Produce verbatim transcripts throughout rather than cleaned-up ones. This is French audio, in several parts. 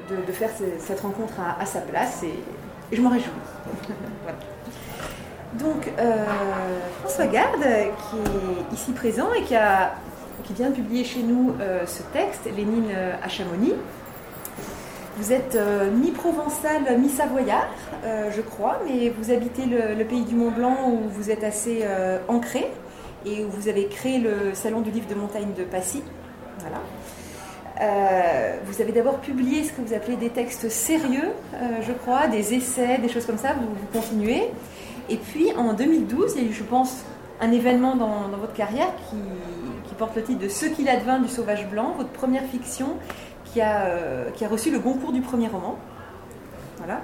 de, de faire ce, cette rencontre à, à sa place et, et je m'en réjouis. Voilà. Donc, euh, François Garde, qui est ici présent et qui, a, qui vient de publier chez nous euh, ce texte, Lénine à Chamonix. Vous êtes euh, mi-provençal, mi-savoyard, euh, je crois, mais vous habitez le, le pays du Mont Blanc où vous êtes assez euh, ancré et où vous avez créé le Salon du livre de montagne de Passy. Voilà. Euh, vous avez d'abord publié ce que vous appelez des textes sérieux, euh, je crois, des essais, des choses comme ça, vous, vous continuez. Et puis en deux mille douze, il y a eu, je pense, un événement dans, dans votre carrière qui, qui porte le titre de Ce qu'il advint du sauvage blanc, votre première fiction qui a, euh, qui a reçu le Goncourt du premier roman. Voilà.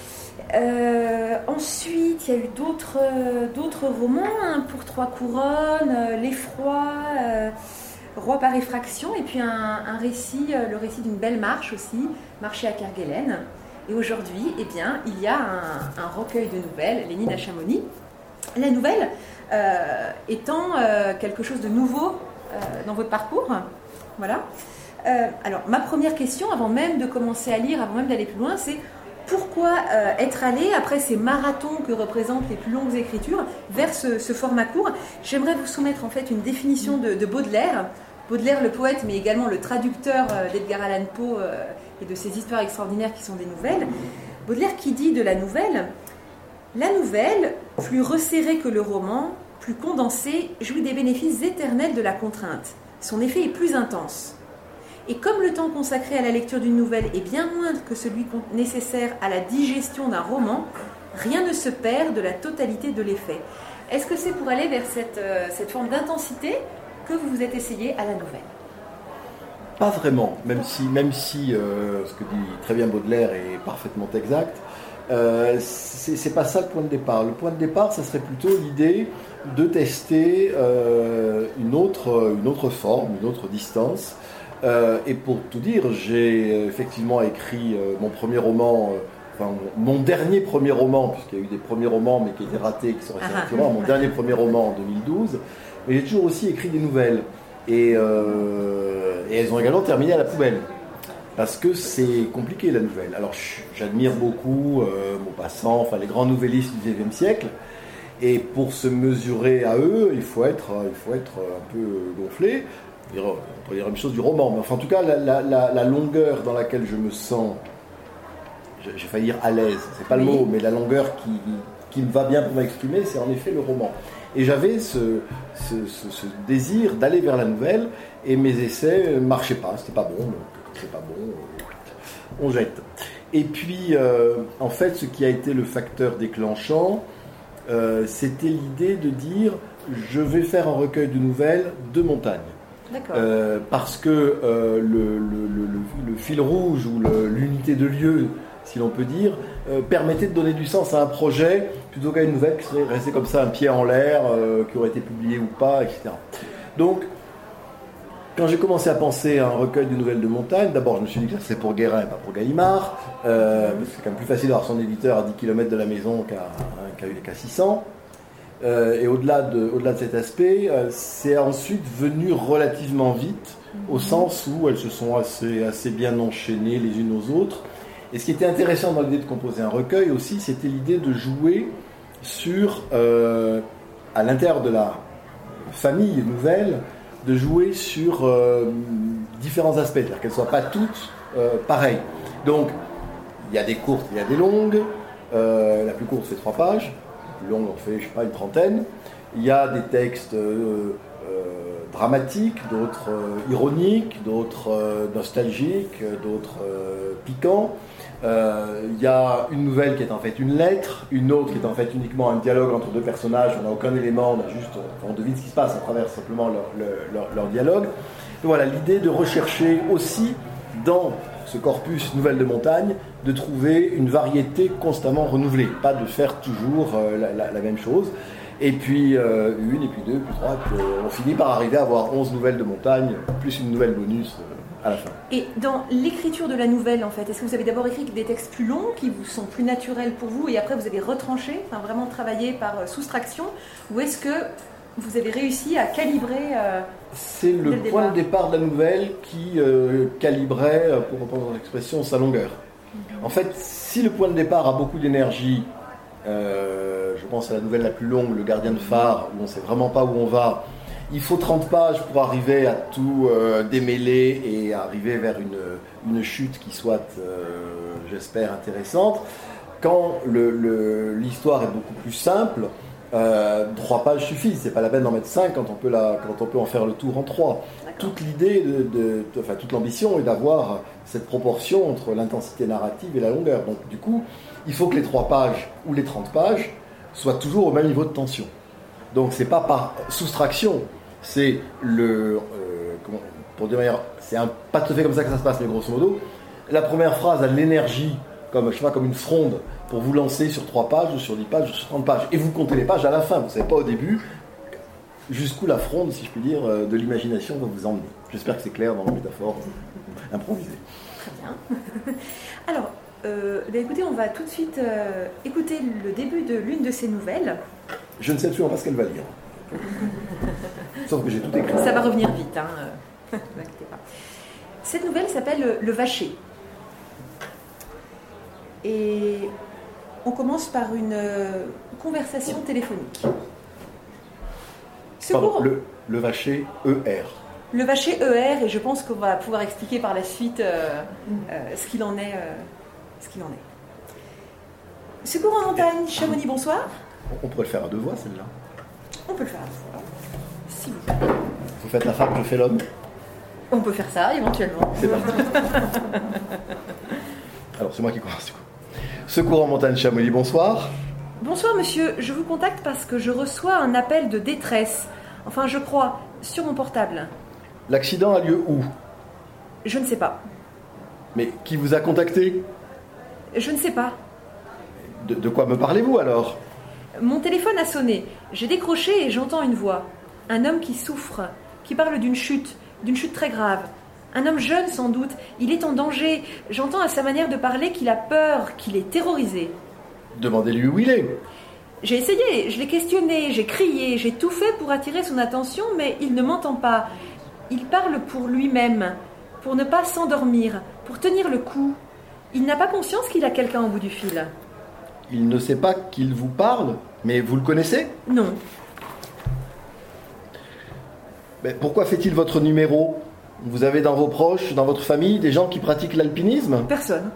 Euh, ensuite, il y a eu d'autres, euh, d'autres romans, hein, Pour trois couronnes, euh, L'effroi, euh, Roi par effraction, et puis un, un récit, euh, le récit d'une belle marche aussi, Marcher à Kerguelen. Et aujourd'hui, eh bien, il y a un, un recueil de nouvelles, Lénine à Chamonix. La nouvelle euh, étant euh, quelque chose de nouveau euh, dans votre parcours. Voilà. Euh, alors, ma première question, avant même de commencer à lire, avant même d'aller plus loin, c'est pourquoi euh, être allé, après ces marathons que représentent les plus longues écritures, vers ce, ce format court. J'aimerais vous soumettre en fait une définition de, de Baudelaire. Baudelaire, le poète, mais également le traducteur euh, d'Edgar Allan Poe euh, et de ces histoires extraordinaires qui sont des nouvelles. Baudelaire qui dit de la nouvelle « La nouvelle, plus resserrée que le roman, plus condensée, jouit des bénéfices éternels de la contrainte. Son effet est plus intense. Et comme le temps consacré à la lecture d'une nouvelle est bien moindre que celui nécessaire à la digestion d'un roman, rien ne se perd de la totalité de l'effet. » Est-ce que c'est pour aller vers cette, euh, cette forme d'intensité que vous vous êtes essayé à la nouvelle? Pas vraiment, même si, même si euh, ce que dit très bien Baudelaire est parfaitement exact. Euh, c'est, c'est pas ça le point de départ. Le point de départ, ça serait plutôt l'idée de tester euh, une, autre, une autre forme, une autre distance. Euh, et pour tout dire, j'ai effectivement écrit euh, mon premier roman, euh, enfin mon, mon dernier premier roman, puisqu'il y a eu des premiers romans mais qui étaient ratés, qui sont restés en tiroir, mon dernier premier roman en deux mille douze. Mais j'ai toujours aussi écrit des nouvelles. Et, euh, et elles ont également terminé à la poubelle. Parce que c'est compliqué la nouvelle. Alors j'admire beaucoup euh, Maupassant, enfin les grands nouvellistes du dix-neuvième siècle. Et pour se mesurer à eux, il faut être, il faut être un peu gonflé. On pourrait dire la même chose du roman. Mais enfin, en tout cas, la, la, la, la longueur dans laquelle je me sens, j'ai failli dire à l'aise, c'est pas le mot, mais la longueur qui, qui me va bien pour m'exprimer, c'est en effet le roman. Et j'avais ce, ce, ce, ce désir d'aller vers la nouvelle, et mes essais ne marchaient pas, c'était pas bon, donc c'est pas bon, on jette. Et puis, euh, en fait, ce qui a été le facteur déclenchant, euh, c'était l'idée de dire, je vais faire un recueil de nouvelles de montagne. D'accord. Euh, parce que euh, le, le, le, le fil rouge, ou le, l'unité de lieu, si l'on peut dire, euh, permettait de donner du sens à un projet plutôt qu'à une nouvelle qui serait restée comme ça un pied en l'air, euh, qui aurait été publiée ou pas, et cetera. Donc, quand j'ai commencé à penser à un recueil de nouvelles de montagne, d'abord je me suis dit que c'est pour Guérin et pas pour Gallimard, euh, parce que c'est quand même plus facile d'avoir son éditeur à dix kilomètres de la maison qu'à, hein, qu'à, qu'à six cents. Euh, et au-delà de, au-delà de cet aspect, euh, c'est ensuite venu relativement vite, au sens où elles se sont assez, assez bien enchaînées les unes aux autres. Et ce qui était intéressant dans l'idée de composer un recueil aussi, c'était l'idée de jouer sur, euh, à l'intérieur de la famille nouvelle, de jouer sur euh, différents aspects, c'est-à-dire qu'elles ne soient pas toutes euh, pareilles. Donc, il y a des courtes, il y a des longues. Euh, la plus courte fait trois pages, la plus longue en fait, je sais pas, une trentaine. Il y a des textes euh, euh, dramatiques, d'autres euh, ironiques, d'autres euh, nostalgiques, d'autres euh, piquants. Euh, il y a une nouvelle qui est en fait une lettre, une autre qui est en fait uniquement un dialogue entre deux personnages, on n'a aucun élément, on a juste, enfin, on devine ce qui se passe à travers simplement leur, leur, leur dialogue. Donc voilà, l'idée de rechercher aussi dans ce corpus nouvelle de montagne, de trouver une variété constamment renouvelée, pas de faire toujours euh, la, la, la même chose. Et puis euh, une, et puis deux, et puis trois, et puis, euh, on finit par arriver à avoir onze nouvelles de montagne, plus une nouvelle bonus euh, à la fin. Et dans l'écriture de la nouvelle, en fait, est-ce que vous avez d'abord écrit des textes plus longs, qui vous sont plus naturels pour vous, et après vous avez retranché, enfin vraiment travaillé par euh, soustraction, ou est-ce que vous avez réussi à calibrer. Euh, C'est le, le point de départ de la nouvelle qui euh, calibrait, pour reprendre l'expression, sa longueur. Mm-hmm. En fait, si le point de départ a beaucoup d'énergie, euh, je pense à la nouvelle la plus longue, Le Gardien de phare, où on ne sait vraiment pas où on va, il faut trente pages pour arriver à tout euh, démêler et arriver vers une, une chute qui soit, euh, j'espère, intéressante. Quand le, le, l'histoire est beaucoup plus simple, euh, trois pages suffisent. C'est pas la peine d'en mettre cinq quand on peut, la, quand on peut en faire le tour en trois. Toute l'idée, de, de, de, enfin toute l'ambition est d'avoir cette proportion entre l'intensité narrative et la longueur. Donc du coup, il faut que les trois pages ou les trente pages soient toujours au même niveau de tension. Donc c'est pas par soustraction, c'est le, euh, comment, pour dire manière, c'est un, pas tout à fait comme ça que ça se passe, mais grosso modo, la première phrase a de l'énergie comme, je sais pas, comme une fronde pour vous lancer sur trois pages ou sur dix pages ou sur trente pages. Et vous comptez les pages à la fin, vous ne savez pas au début jusqu'où la fronde, si je puis dire, de l'imagination va vous emmener. J'espère que c'est clair dans la métaphore improvisée. Très bien. Alors, euh, bah écoutez, on va tout de suite euh, écouter le début de l'une de ces nouvelles. Je ne sais absolument pas ce qu'elle va lire. Sauf que j'ai tout écrit. Ça va revenir vite, hein. Ne vous inquiétez pas. Cette nouvelle s'appelle Le Vacher. Et on commence par une euh, conversation téléphonique. Pardon, le, le Vacher E R. Le Vacher E R, et je pense qu'on va pouvoir expliquer par la suite euh, euh, ce qu'il en est. Euh, ce qu'il en est. Secours en montagne, Chamonix, bonsoir. On pourrait le faire à deux voix, celle-là. On peut le faire à deux voix, si vous voulez. Vous faites la femme, je fais l'homme. On peut faire ça, éventuellement. C'est parti. Alors, c'est moi qui commence, du coup. Secours en montagne, Chamonix, bonsoir. Bonsoir, monsieur. Je vous contacte parce que je reçois un appel de détresse. Enfin, je crois, sur mon portable. L'accident a lieu où? Je ne sais pas. Mais qui vous a contacté? Je ne sais pas. De, de quoi me parlez-vous alors? Mon téléphone a sonné. J'ai décroché et j'entends une voix. Un homme qui souffre, qui parle d'une chute, d'une chute très grave. Un homme jeune sans doute. Il est en danger. J'entends à sa manière de parler qu'il a peur, qu'il est terrorisé. Demandez-lui où il est. J'ai essayé, je l'ai questionné, j'ai crié, j'ai tout fait pour attirer son attention, mais il ne m'entend pas. Il parle pour lui-même, pour ne pas s'endormir, pour tenir le coup. Il n'a pas conscience qu'il a quelqu'un au bout du fil. Il ne sait pas qu'il vous parle, mais vous le connaissez? Non. Mais pourquoi fait-il votre numéro? Vous avez dans vos proches, dans votre famille, des gens qui pratiquent l'alpinisme? Personne.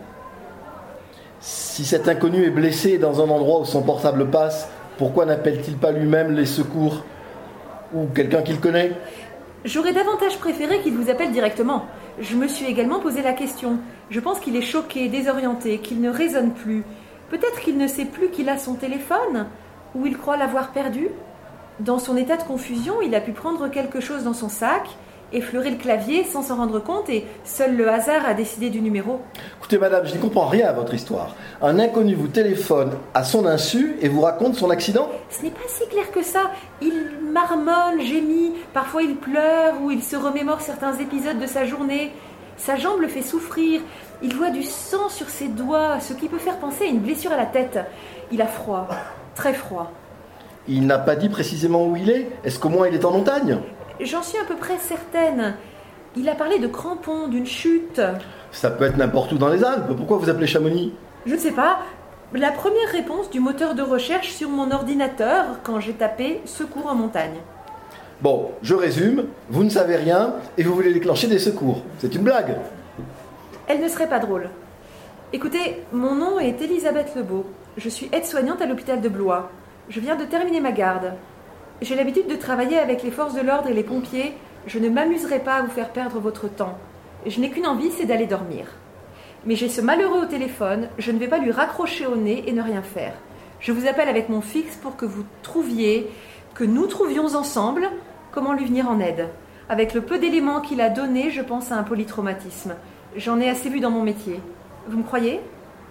Si cet inconnu est blessé dans un endroit où son portable passe, pourquoi n'appelle-t-il pas lui-même les secours? Ou quelqu'un qu'il connaît? J'aurais davantage préféré qu'il vous appelle directement. Je me suis également posé la question. Je pense qu'il est choqué, désorienté, qu'il ne raisonne plus. Peut-être qu'il ne sait plus qu'il a son téléphone, ou il croit l'avoir perdu. Dans son état de confusion, il a pu prendre quelque chose dans son sac, effleurer le clavier sans s'en rendre compte, et seul le hasard a décidé du numéro. Écoutez madame, je n'y comprends rien à votre histoire. Un inconnu vous téléphone à son insu et vous raconte son accident? Ce n'est pas si clair que ça. Il marmonne, gémit, parfois il pleure ou il se remémore certains épisodes de sa journée. Sa jambe le fait souffrir. Il voit du sang sur ses doigts, ce qui peut faire penser à une blessure à la tête. Il a froid, très froid. Il n'a pas dit précisément où il est? Est-ce qu'au moins il est en montagne? J'en suis à peu près certaine. Il a parlé de crampons, d'une chute. Ça peut être n'importe où dans les Alpes. Pourquoi vous appelez Chamonix? Je ne sais pas. La première réponse du moteur de recherche sur mon ordinateur quand j'ai tapé « secours en montagne ». Bon, je résume. Vous ne savez rien et vous voulez déclencher des secours. C'est une blague. Elle ne serait pas drôle. Écoutez, mon nom est Elisabeth Lebeau. Je suis aide-soignante à l'hôpital de Blois. Je viens de terminer ma garde. J'ai l'habitude de travailler avec les forces de l'ordre et les pompiers. Je ne m'amuserai pas à vous faire perdre votre temps. Je n'ai qu'une envie, c'est d'aller dormir. Mais j'ai ce malheureux au téléphone, je ne vais pas lui raccrocher au nez et ne rien faire. Je vous appelle avec mon fixe pour que vous trouviez, que nous trouvions ensemble, comment lui venir en aide. Avec le peu d'éléments qu'il a donnés, je pense à un polytraumatisme. J'en ai assez vu dans mon métier. Vous me croyez?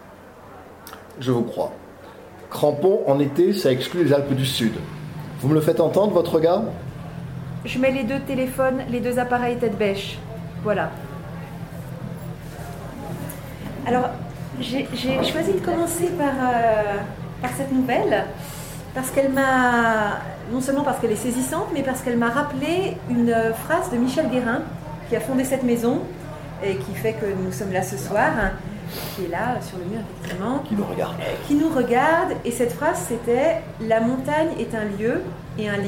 Je vous crois. Crampons en été, ça exclut les Alpes du Sud. Vous me le faites entendre, votre gars? Je mets les deux téléphones, les deux appareils tête bêche. Voilà. Alors, j'ai, j'ai choisi de commencer par, euh, par cette nouvelle, parce qu'elle m'a, non seulement parce qu'elle est saisissante, mais parce qu'elle m'a rappelé une phrase de Michel Guérin, qui a fondé cette maison et qui fait que nous sommes là ce soir, hein, qui est là sur le mur effectivement. Qui nous regarde. Qui nous regarde, et cette phrase c'était « La montagne est un lieu et un lien ».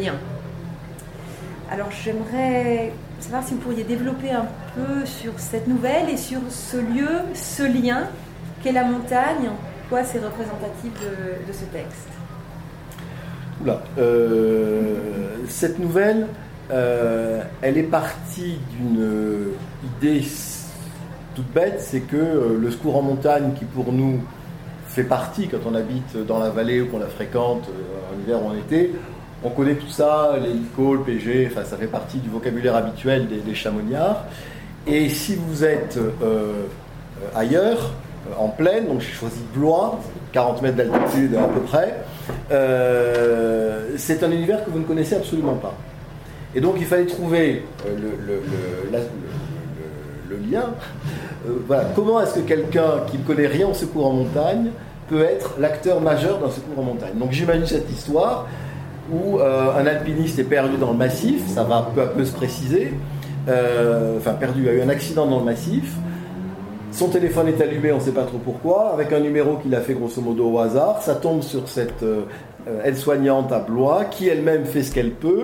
Alors j'aimerais savoir si vous pourriez développer un peu sur cette nouvelle et sur ce lieu, ce lien qu'est la montagne, en quoi c'est représentatif de, de ce texte. Oula, euh, cette nouvelle, euh, elle est partie d'une idée toute bête, c'est que euh, le secours en montagne, qui pour nous fait partie quand on habite dans la vallée ou qu'on la fréquente euh, en hiver ou en été, on connaît tout ça, l'hélico, le P G, enfin ça fait partie du vocabulaire habituel des, des chamoniards. Et si vous êtes euh, ailleurs, en plaine, donc j'ai choisi Blois, quarante mètres d'altitude à peu près, euh, c'est un univers que vous ne connaissez absolument pas. Et donc il fallait trouver euh, le, le, le, la, le, le, le lien. Euh, voilà. Comment est-ce que quelqu'un qui ne connaît rien au secours en montagne peut être l'acteur majeur d'un secours en montagne? Donc j'imagine cette histoire où euh, un alpiniste est perdu dans le massif, ça va peu à peu se préciser, euh, enfin perdu, il y a eu un accident dans le massif, son téléphone est allumé, on ne sait pas trop pourquoi, avec un numéro qu'il a fait grosso modo au hasard, ça tombe sur cette euh, aide-soignante à Blois, qui elle-même fait ce qu'elle peut,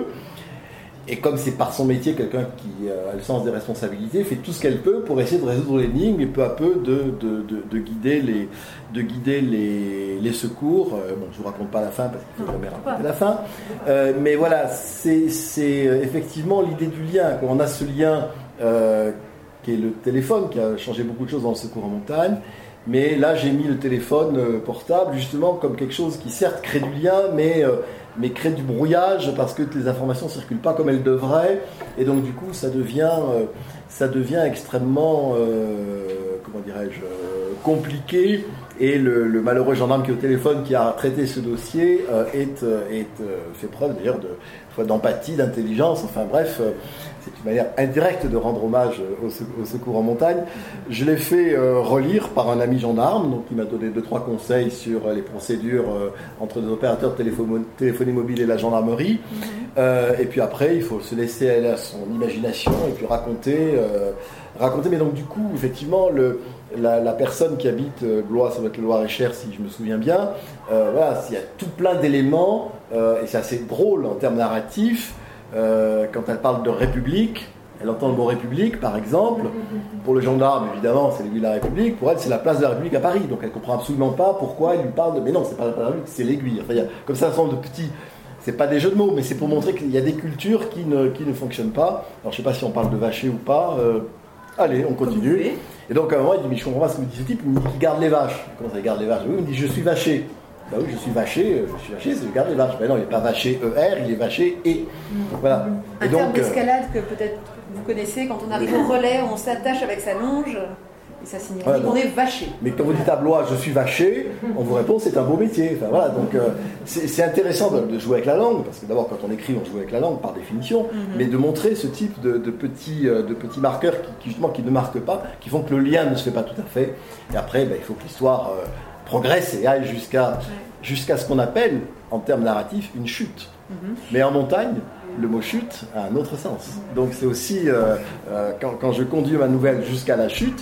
et comme c'est par son métier quelqu'un qui a le sens des responsabilités, fait tout ce qu'elle peut pour essayer de résoudre l'énigme et peu à peu de, de, de, de guider, les, de guider les, les secours. Euh, bon, je ne vous raconte pas la fin parce qu'il faut jamais raconter la fin. Euh, mais voilà, c'est, c'est effectivement l'idée du lien. Quand on a ce lien euh, qui est le téléphone, qui a changé beaucoup de choses dans le secours en montagne. Mais là, j'ai mis le téléphone euh, portable justement comme quelque chose qui certes crée du lien, mais... Euh, mais crée du brouillage parce que les informations ne circulent pas comme elles devraient, et donc du coup ça devient, euh, ça devient extrêmement, euh, comment dirais-je, euh, compliqué, et le, le malheureux gendarme qui est au téléphone, qui a traité ce dossier, euh, est, est, euh, fait preuve d'ailleurs de, d'empathie, d'intelligence, enfin bref, euh, c'est une manière indirecte de rendre hommage au, au secours en montagne. Je l'ai fait euh, relire par un ami gendarme, donc il m'a donné deux trois conseils sur les procédures euh, entre les opérateurs de téléphone, téléphonie mobile et la gendarmerie. Mm-hmm. Euh, et puis après, il faut se laisser aller à son imagination et puis raconter, euh, raconter. Mais donc du coup, effectivement, le, la, la personne qui habite euh, Blois, ça doit être le Loir-et-Cher si je me souviens bien. Euh, voilà, il y a tout plein d'éléments euh, et c'est assez drôle en termes narratifs. Euh, quand elle parle de République, elle entend le mot République par exemple. Pour le gendarme, évidemment, c'est l'aiguille de la République. Pour elle, c'est la place de la République à Paris. Donc elle ne comprend absolument pas pourquoi il lui parle de. Mais non, c'est pas la place de la République, c'est l'aiguille. Enfin, il y a comme ça un certain nombre de petits. C'est pas des jeux de mots, mais c'est pour montrer qu'il y a des cultures qui ne, qui ne fonctionnent pas. Alors je sais pas si on parle de vacher ou pas. Euh, allez, on continue. Et donc à un moment, il dit mais je comprends pas ce que me dit ce type. Il me dit qu'il garde les vaches. Comment ça, il garde les vaches? Oui, il me dit je suis vaché. Ben oui, je suis vaché, je suis vaché, c'est je garde les vaches. Ben non, il n'est pas vaché E R, il est vaché E. Voilà. Un et terme donc, d'escalade que peut-être vous connaissez, quand on arrive au relais, on s'attache avec sa longe, et ça signifie voilà, qu'on est vaché. Mais quand vous dites à Blois, je suis vaché, on vous répond, c'est un beau métier. Enfin, voilà, donc euh, c'est, c'est intéressant de, de jouer avec la langue, parce que d'abord, quand on écrit, on joue avec la langue par définition, mm-hmm. mais de montrer ce type de, de, petits, euh, de petits marqueurs qui, qui, justement, qui ne marquent pas, qui font que le lien ne se fait pas tout à fait. Et après, ben, il faut que l'histoire euh, progresse et aille jusqu'à... Ouais. jusqu'à ce qu'on appelle, en termes narratifs, une chute. Mm-hmm. Mais en montagne, le mot chute a un autre sens. Donc c'est aussi, euh, euh, quand, quand je conduis ma nouvelle jusqu'à la chute,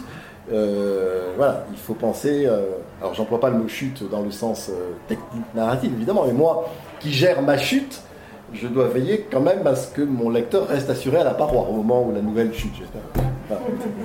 euh, voilà, il faut penser... Euh, alors j'emploie pas le mot chute dans le sens euh, technique narratif, évidemment, mais moi, qui gère ma chute, je dois veiller quand même à ce que mon lecteur reste assuré à la paroi au moment où la nouvelle chute, j'espère. Voilà.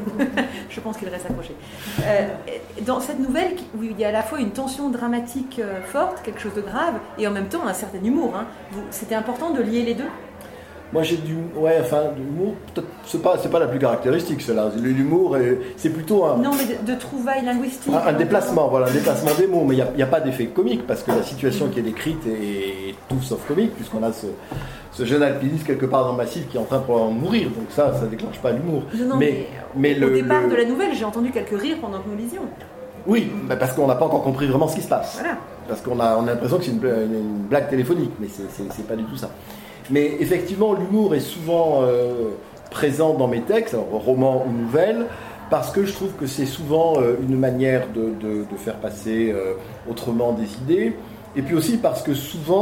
Je pense qu'il reste accroché. Euh, dans cette nouvelle, où il y a à la fois une tension dramatique euh, forte, quelque chose de grave, et en même temps un certain humour, hein. Vous, c'était important de lier les deux? Moi j'ai du... Ouais, enfin, l'humour, peut-être, c'est pas, c'est pas la plus caractéristique, celle-là. L'humour, c'est plutôt un... Non, mais de, de trouvailles linguistiques. Un, un déplacement, voilà, un déplacement des mots. Mais il n'y a, a pas d'effet comique, parce que la situation qui est décrite est, est tout sauf comique, puisqu'on a ce, ce jeune alpiniste quelque part dans le massif qui est en train de mourir. Donc ça, ça ne déclenche pas l'humour. Non, non, mais, mais, mais au le, départ le... de la nouvelle, j'ai entendu quelques rires pendant que nous lisions. Oui, bah parce qu'on n'a pas encore compris vraiment ce qui se passe. Voilà. Parce qu'on a, on a l'impression que c'est une, une, une blague téléphonique, mais c'est, c'est, c'est pas du tout ça. Mais effectivement, l'humour est souvent euh, présent dans mes textes, alors, romans ou nouvelles, parce que je trouve que c'est souvent euh, une manière de, de, de faire passer euh, autrement des idées, et puis aussi parce que souvent,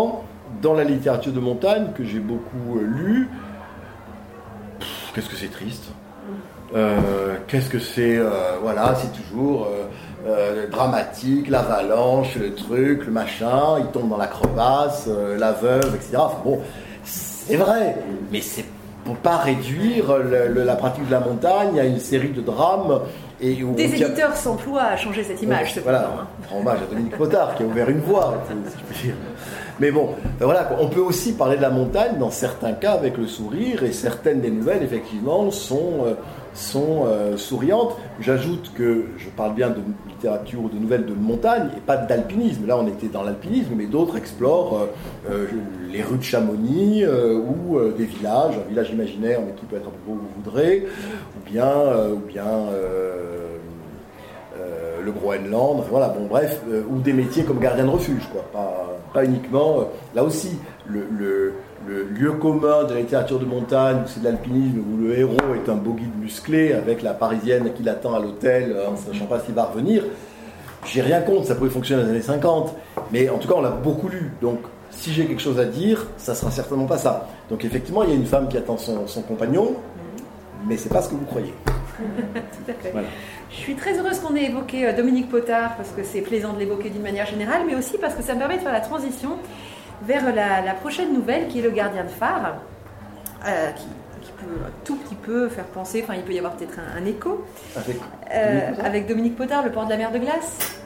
dans la littérature de montagne, que j'ai beaucoup euh, lue, qu'est-ce que c'est triste. Euh, qu'est-ce que c'est, euh, voilà, c'est toujours euh, euh, dramatique, l'avalanche, le truc, le machin, il tombe dans la crevasse, euh, la veuve, et cetera. Enfin bon, c'est vrai, mais c'est pour pas réduire le, le, la pratique de la montagne à une série de drames. Et où Des on... éditeurs s'emploient à changer cette image. Ouais, voilà, hein. Hommage à Dominique Potard qui a ouvert une voie, si je peux dire. Mais bon, ben voilà, on peut aussi parler de la montagne dans certains cas avec le sourire, et certaines des nouvelles, effectivement, sont, euh, sont euh, souriantes. J'ajoute que je parle bien de littérature ou de nouvelles de montagne et pas d'alpinisme. Là, on était dans l'alpinisme, mais d'autres explorent euh, euh, les rues de Chamonix euh, ou euh, des villages, un village imaginaire, mais qui peut être un peu beau où vous voudrez, ou bien, euh, ou bien euh, euh, le Groenland, enfin, voilà, bon, bref, euh, ou des métiers comme gardien de refuge, quoi, pas, pas uniquement. Euh, là aussi, le, le, le lieu commun de la littérature de montagne, c'est de l'alpinisme, où le héros est un beau guide musclé avec la parisienne qui l'attend à l'hôtel, en ne sachant pas s'il va revenir. J'ai rien contre, ça pouvait fonctionner dans les années cinquante, mais en tout cas, on l'a beaucoup lu, donc si j'ai quelque chose à dire, ça sera certainement pas ça. Donc effectivement, il y a une femme qui attend son, son compagnon, mais c'est pas ce que vous croyez. Tout à fait. Voilà. Je suis très heureuse qu'on ait évoqué Dominique Potard, parce que c'est plaisant de l'évoquer d'une manière générale, mais aussi parce que ça me permet de faire la transition vers la, la prochaine nouvelle qui est Le Gardien de phare, euh, qui, qui peut un tout petit peu faire penser, enfin il peut y avoir peut-être un, un écho, Avec, euh, Dominique avec Dominique Potard, Le port de la mer de glace.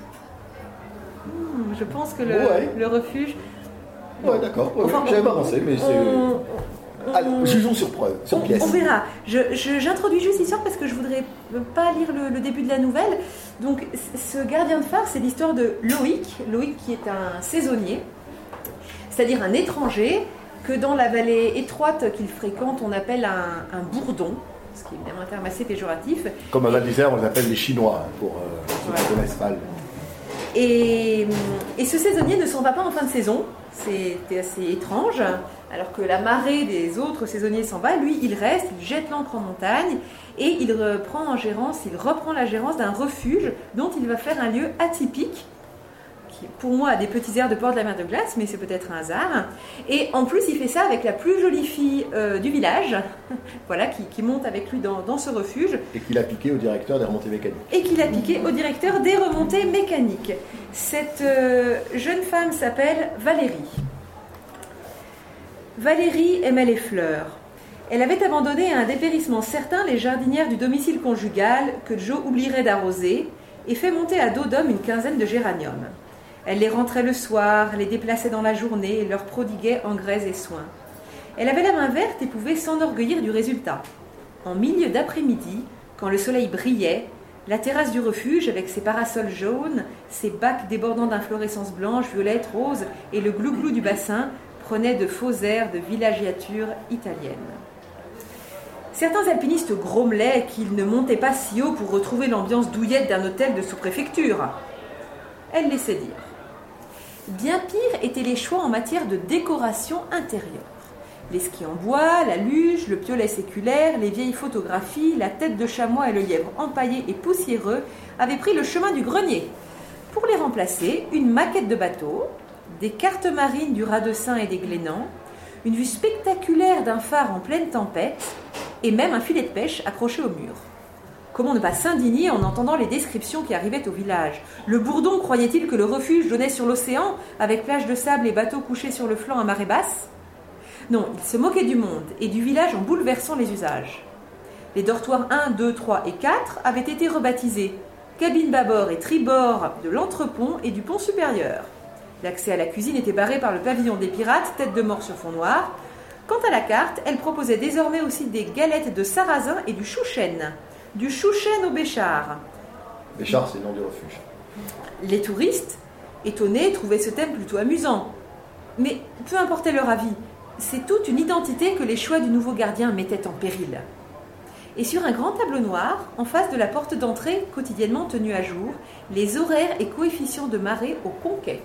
Hmm, je pense que le, ouais. le refuge... Ouais, d'accord, ouais, enfin, j'avais pas pensé, mais c'est... On, on, Allez, jugeons sur preuve, sur on, pièce. on verra. Je, je, j'introduis juste l'histoire parce que je voudrais pas lire le, le début de la nouvelle. Donc, ce gardien de phare, c'est l'histoire de Loïc. Loïc qui est un saisonnier, c'est-à-dire un étranger que dans la vallée étroite qu'il fréquente, on appelle un, un bourdon, ce qui est évidemment un terme assez péjoratif. Comme à Val d'Isère, on les appelle les Chinois, pour euh, ceux qui connaissent Val. Et, et ce saisonnier ne s'en va pas en fin de saison. C'était assez étrange. Alors que la marée des autres saisonniers s'en va, lui, il reste, il jette l'ancre en montagne et il reprend en gérance, il reprend la gérance d'un refuge dont il va faire un lieu atypique, qui pour moi a des petits airs de port de la mer de glace, mais c'est peut-être un hasard. Et en plus, il fait ça avec la plus jolie fille euh, du village, voilà, qui, qui monte avec lui dans, dans ce refuge. Et qu'il a piqué au directeur des remontées mécaniques. Et qu'il a piqué au directeur des remontées mécaniques. Cette euh, jeune femme s'appelle Valérie. Valérie aimait les fleurs. Elle avait abandonné à un dépérissement certain les jardinières du domicile conjugal que Joe oublierait d'arroser et fait monter à dos d'homme une quinzaine de géraniums. Elle les rentrait le soir, les déplaçait dans la journée et leur prodiguait engrais et soins. Elle avait la main verte et pouvait s'enorgueillir du résultat. En milieu d'après-midi, quand le soleil brillait, la terrasse du refuge, avec ses parasols jaunes, ses bacs débordant d'inflorescences blanches, violettes, roses et le glouglou du bassin, prenait de faux airs de villagiature italienne. Certains alpinistes grommelaient qu'ils ne montaient pas si haut pour retrouver l'ambiance douillette d'un hôtel de sous-préfecture. Elle laissait dire. Bien pire étaient les choix en matière de décoration intérieure. Les skis en bois, la luge, le piolet séculaire, les vieilles photographies, la tête de chamois et le lièvre empaillé et poussiéreux avaient pris le chemin du grenier. Pour les remplacer, une maquette de bateau, des cartes marines du Raz-de-Saint et des Glénans, une vue spectaculaire d'un phare en pleine tempête et même un filet de pêche accroché au mur. Comment ne pas s'indigner en entendant les descriptions qui arrivaient au village? Le bourdon croyait-il que le refuge donnait sur l'océan, avec plage de sable et bateaux couchés sur le flanc à marée basse? Non, il se moquait du monde et du village en bouleversant les usages. Les dortoirs un, deux, trois et quatre avaient été rebaptisés cabine bâbord et tribord de l'entrepont et du pont supérieur. L'accès à la cuisine était barré par le pavillon des pirates, tête de mort sur fond noir. Quant à la carte, elle proposait désormais aussi des galettes de sarrasin et du chouchen. Du chouchen au Béchar. Béchar, c'est le nom du refuge. Les touristes, étonnés, trouvaient ce thème plutôt amusant. Mais peu importait leur avis, c'est toute une identité que les choix du nouveau gardien mettaient en péril. Et sur un grand tableau noir, en face de la porte d'entrée, quotidiennement tenue à jour, les horaires et coefficients de marée au conquet.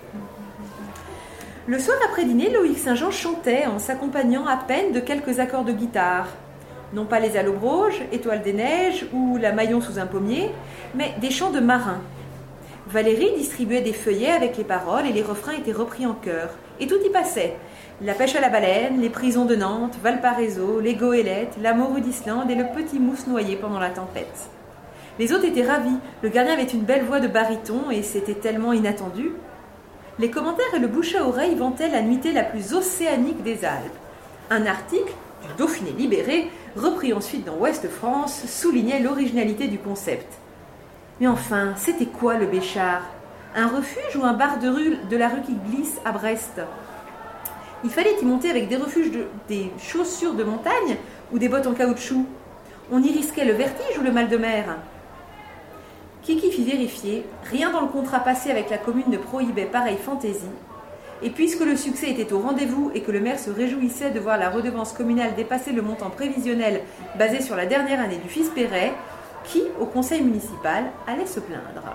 Le soir après dîner, Loïc Saint-Jean chantait en s'accompagnant à peine de quelques accords de guitare. Non pas les allobroges, Étoiles des neiges ou la Maillon sous un pommier, mais des chants de marins. Valérie distribuait des feuillets avec les paroles et les refrains étaient repris en chœur. Et tout y passait. La pêche à la baleine, les prisons de Nantes, Valparaiso, les goélettes, la morue d'Islande et le petit mousse noyé pendant la tempête. Les autres étaient ravis. Le gardien avait une belle voix de baryton et c'était tellement inattendu. Les commentaires et le bouche à oreille vantaient la nuitée la plus océanique des Alpes. Un article du Dauphiné libéré, repris ensuite dans Ouest France, soulignait l'originalité du concept. Mais enfin, c'était quoi le Béchar? Un refuge ou un bar de, rue, de la rue qui glisse à Brest? Il fallait y monter avec des refuges, de, des chaussures de montagne ou des bottes en caoutchouc. On y risquait le vertige ou le mal de mer. Kiki fit vérifier, rien dans le contrat passé avec la commune ne prohibait pareille fantaisie. Et puisque le succès était au rendez-vous et que le maire se réjouissait de voir la redevance communale dépasser le montant prévisionnel basé sur la dernière année du fils Perret, qui, au conseil municipal, allait se plaindre.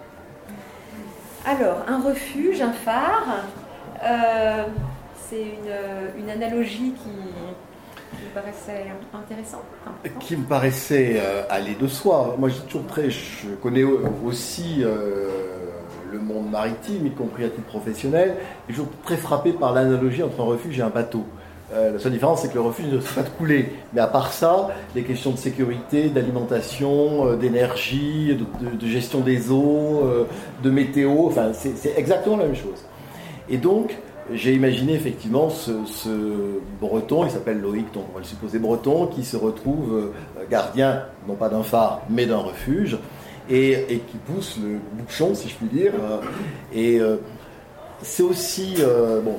Alors, un refuge, un phare, euh, c'est une, une analogie qui, qui me paraissait intéressante. Qui me paraissait euh, aller de soi. Moi, je dis toujours très, je connais aussi euh, le monde maritime, y compris à titre professionnel, et je suis toujours très frappé par l'analogie entre un refuge et un bateau. Euh, la seule différence, c'est que le refuge ne se fait pas de couler. Mais à part ça, les questions de sécurité, d'alimentation, euh, d'énergie, de, de, de gestion des eaux, euh, de météo, enfin, c'est, c'est exactement la même chose. Et donc, j'ai imaginé effectivement ce, ce breton, il s'appelle Loïc, donc on va le supposer breton, qui se retrouve euh, gardien, non pas d'un phare, mais d'un refuge, et, et qui pousse le bouchon, si je puis dire. Euh, et euh, c'est aussi... Euh, bon,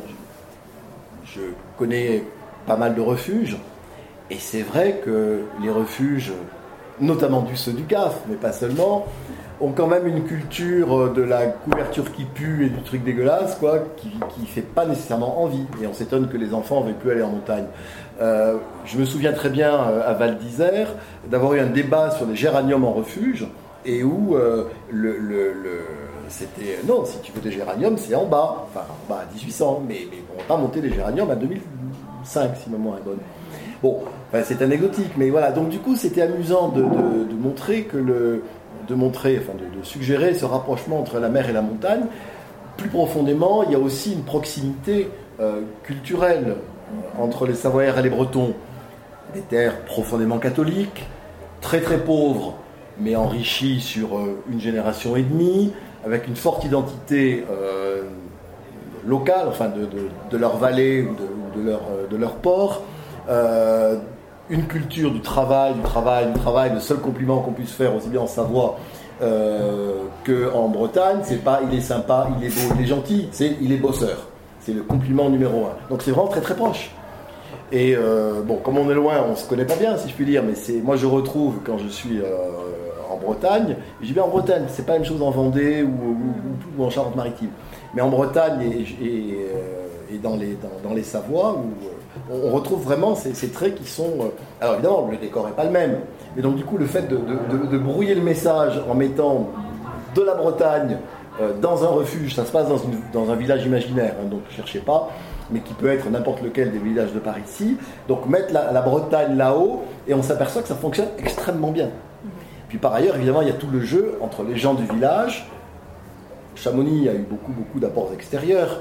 je connais pas mal de refuges, et c'est vrai que les refuges, notamment du ceux du C A F, mais pas seulement, ont quand même une culture de la couverture qui pue et du truc dégueulasse, quoi, qui ne fait pas nécessairement envie. Et on s'étonne que les enfants ne veuillent plus aller en montagne. Euh, je me souviens très bien, à Val d'Isère, d'avoir eu un débat sur les géraniums en refuge, et où euh, le... le, le c'était, non, si tu veux des géraniums, c'est en bas, enfin en bas à dix-huit cents, mais, mais on ne va pas monter des géraniums à deux mille cinq, si ma mémoire est bonne. Bon, enfin, c'est anecdotique, mais voilà, donc du coup, c'était amusant de, de, de montrer que le... de montrer, enfin de, de suggérer ce rapprochement entre la mer et la montagne. Plus profondément, il y a aussi une proximité euh, culturelle entre les Savoyards et les Bretons. Des terres profondément catholiques, très très pauvres, mais enrichies sur euh, une génération et demie, avec une forte identité euh, locale, enfin de, de, de leur vallée ou de, de, leur, de leur port. Euh, une culture du travail, du travail, du travail. Le seul compliment qu'on puisse faire aussi bien en Savoie euh, qu'en Bretagne, c'est pas il est sympa, il est beau, il est gentil, c'est il est bosseur. C'est le compliment numéro un. Donc c'est vraiment très très proche. Et euh, bon, comme on est loin, on se connaît pas bien, si je puis dire, mais c'est moi je retrouve quand je suis euh, en Bretagne, je dis bien en Bretagne, c'est pas la même chose en Vendée ou, ou, ou en Charente-Maritime, mais en Bretagne et, et, et dans les dans, dans les Savoies où on retrouve vraiment ces, ces traits qui sont... Alors évidemment, le décor n'est pas le même. Mais donc du coup, le fait de, de, de, de brouiller le message en mettant de la Bretagne euh, dans un refuge, ça se passe dans, une, dans un village imaginaire, hein, donc ne cherchez pas, mais qui peut être n'importe lequel des villages de par ici. Donc mettre la, la Bretagne là-haut, et on s'aperçoit que ça fonctionne extrêmement bien. Puis par ailleurs, évidemment, il y a tout le jeu entre les gens du village. Chamonix a eu beaucoup, beaucoup d'apports extérieurs.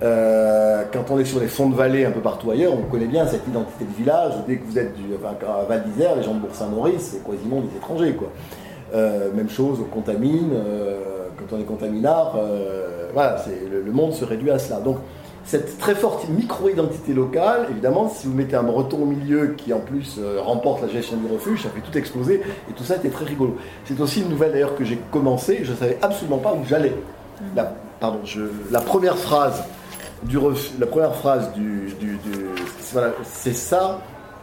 Euh, quand on est sur les fonds de vallée un peu partout ailleurs, on connaît bien cette identité de village. Dès que vous êtes du, enfin, à Val d'Isère, les gens de Bourg-Saint-Maurice, c'est quasiment des étrangers, quoi. Euh, même chose, on contamine. Euh, quand on est contaminard, euh, voilà, c'est, le, le monde se réduit à cela. Donc, cette très forte micro-identité locale, évidemment, si vous mettez un breton au milieu qui en plus euh, remporte la gestion du refuge, ça fait tout exploser. Et tout ça était très rigolo. C'est aussi une nouvelle d'ailleurs que j'ai commencé. Je ne savais absolument pas où j'allais. La, pardon, je, la première phrase du refu, la première phrase du, du, du voilà, c'est ça,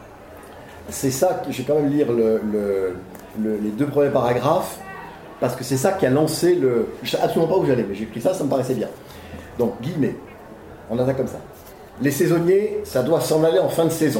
c'est ça que je vais quand même lire le, le, le, les deux premiers paragraphes parce que c'est ça qui a lancé le. Je sais absolument pas où j'allais, mais j'ai pris ça, ça me paraissait bien. Donc guillemets, on attaque comme ça. Les saisonniers, ça doit s'en aller en fin de saison.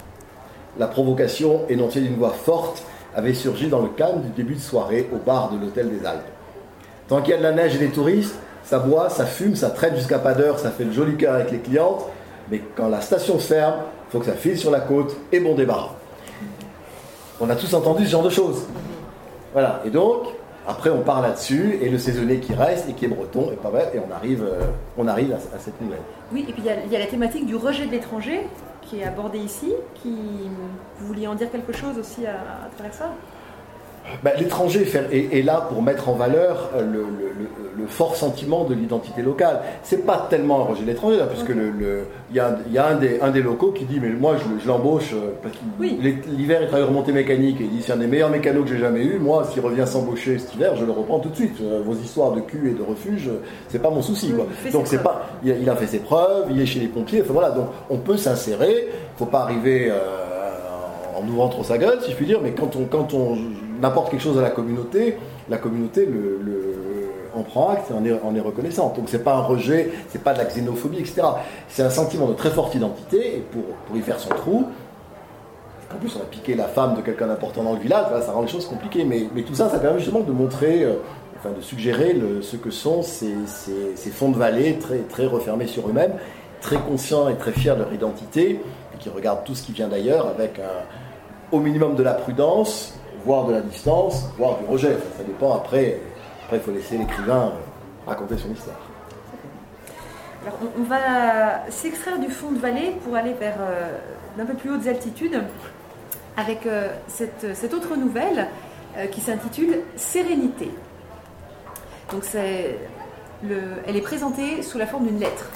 La provocation, énoncée d'une voix forte, avait surgi dans le calme du début de soirée au bar de l'hôtel des Alpes. Tant qu'il y a de la neige et des touristes, ça boit, ça fume, ça traite jusqu'à pas d'heure, ça fait le joli cœur avec les clientes. Mais quand la station se ferme, il faut que ça file sur la côte et bon débarras. On a tous entendu ce genre de choses. Voilà. Et donc, Après, on part là-dessus, et le saisonnier qui reste, et qui est breton, et pas vrai, et on arrive, euh, on arrive à, à cette nouvelle. Oui, et puis il y, a, il y a la thématique du rejet de l'étranger, qui est abordée ici, qui... Vous vouliez en dire quelque chose aussi à, à travers ça ? Ben, l'étranger est, est là pour mettre en valeur le, le, le, le fort sentiment de l'identité locale. C'est pas tellement un rejet de l'étranger, là, puisque okay. le, le, y a, y a un, des, un des locaux qui dit mais moi je, je l'embauche parce qu'il oui. l'hiver il travaille remontée mécanique et il dit c'est un des meilleurs mécanos que j'ai jamais eu. Moi s'il revient s'embaucher cet hiver je le reprends tout de suite. Vos histoires de cul et de refuge c'est pas mon souci quoi. Oui, donc c'est pas il a, il a fait ses preuves, il est chez les pompiers. Enfin voilà donc on peut s'insérer. Faut pas arriver euh, en ouvrant trop sa gueule si je puis dire, mais quand on quand on n'apporte quelque chose à la communauté, la communauté le, le, en prend acte et en est, en est reconnaissante. Donc c'est pas un rejet, c'est pas de la xénophobie, et cetera. C'est un sentiment de très forte identité, et pour, pour y faire son trou, en plus on a piqué la femme de quelqu'un d'important dans le village, là, ça rend les choses compliquées, mais, mais tout ça, ça permet justement de montrer, euh, enfin de suggérer le, ce que sont ces, ces, ces fonds de vallée très, très refermés sur eux-mêmes, très conscients et très fiers de leur identité, et qui regardent tout ce qui vient d'ailleurs avec un, au minimum de la prudence, voire de la distance, voire du rejet. Enfin, ça dépend après. Après, il faut laisser l'écrivain raconter son histoire. Alors, on, on va s'extraire du fond de vallée pour aller vers euh, d'un peu plus hautes altitudes avec euh, cette, cette autre nouvelle euh, qui s'intitule Sérénité. Donc, c'est le, elle est présentée sous la forme d'une lettre.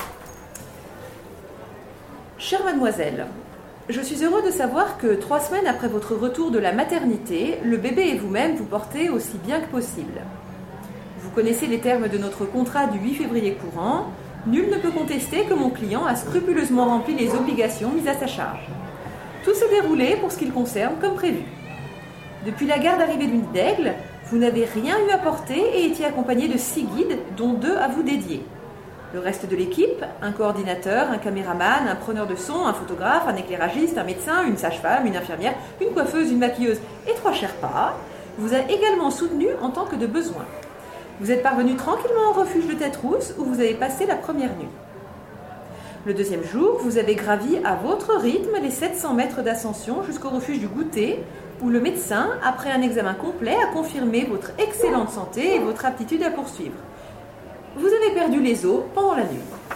Chère mademoiselle, je suis heureux de savoir que trois semaines après votre retour de la maternité, le bébé et vous-même vous portez aussi bien que possible. Vous connaissez les termes de notre contrat du huit février courant. Nul ne peut contester que mon client a scrupuleusement rempli les obligations mises à sa charge. Tout s'est déroulé pour ce qui le concerne comme prévu. Depuis la gare d'arrivée du Nid d'Aigle, vous n'avez rien eu à porter et étiez accompagné de six guides, dont deux à vous dédier. Le reste de l'équipe, un coordinateur, un caméraman, un preneur de son, un photographe, un éclairagiste, un médecin, une sage-femme, une infirmière, une coiffeuse, une maquilleuse et trois Sherpas, vous a également soutenu en tant que de besoin. Vous êtes parvenu tranquillement au refuge de Tête-Rousse où vous avez passé la première nuit. Le deuxième jour, vous avez gravi à votre rythme les sept cents mètres d'ascension jusqu'au refuge du Goûter où le médecin, après un examen complet, a confirmé votre excellente santé et votre aptitude à poursuivre. Vous avez perdu les os pendant la nuit.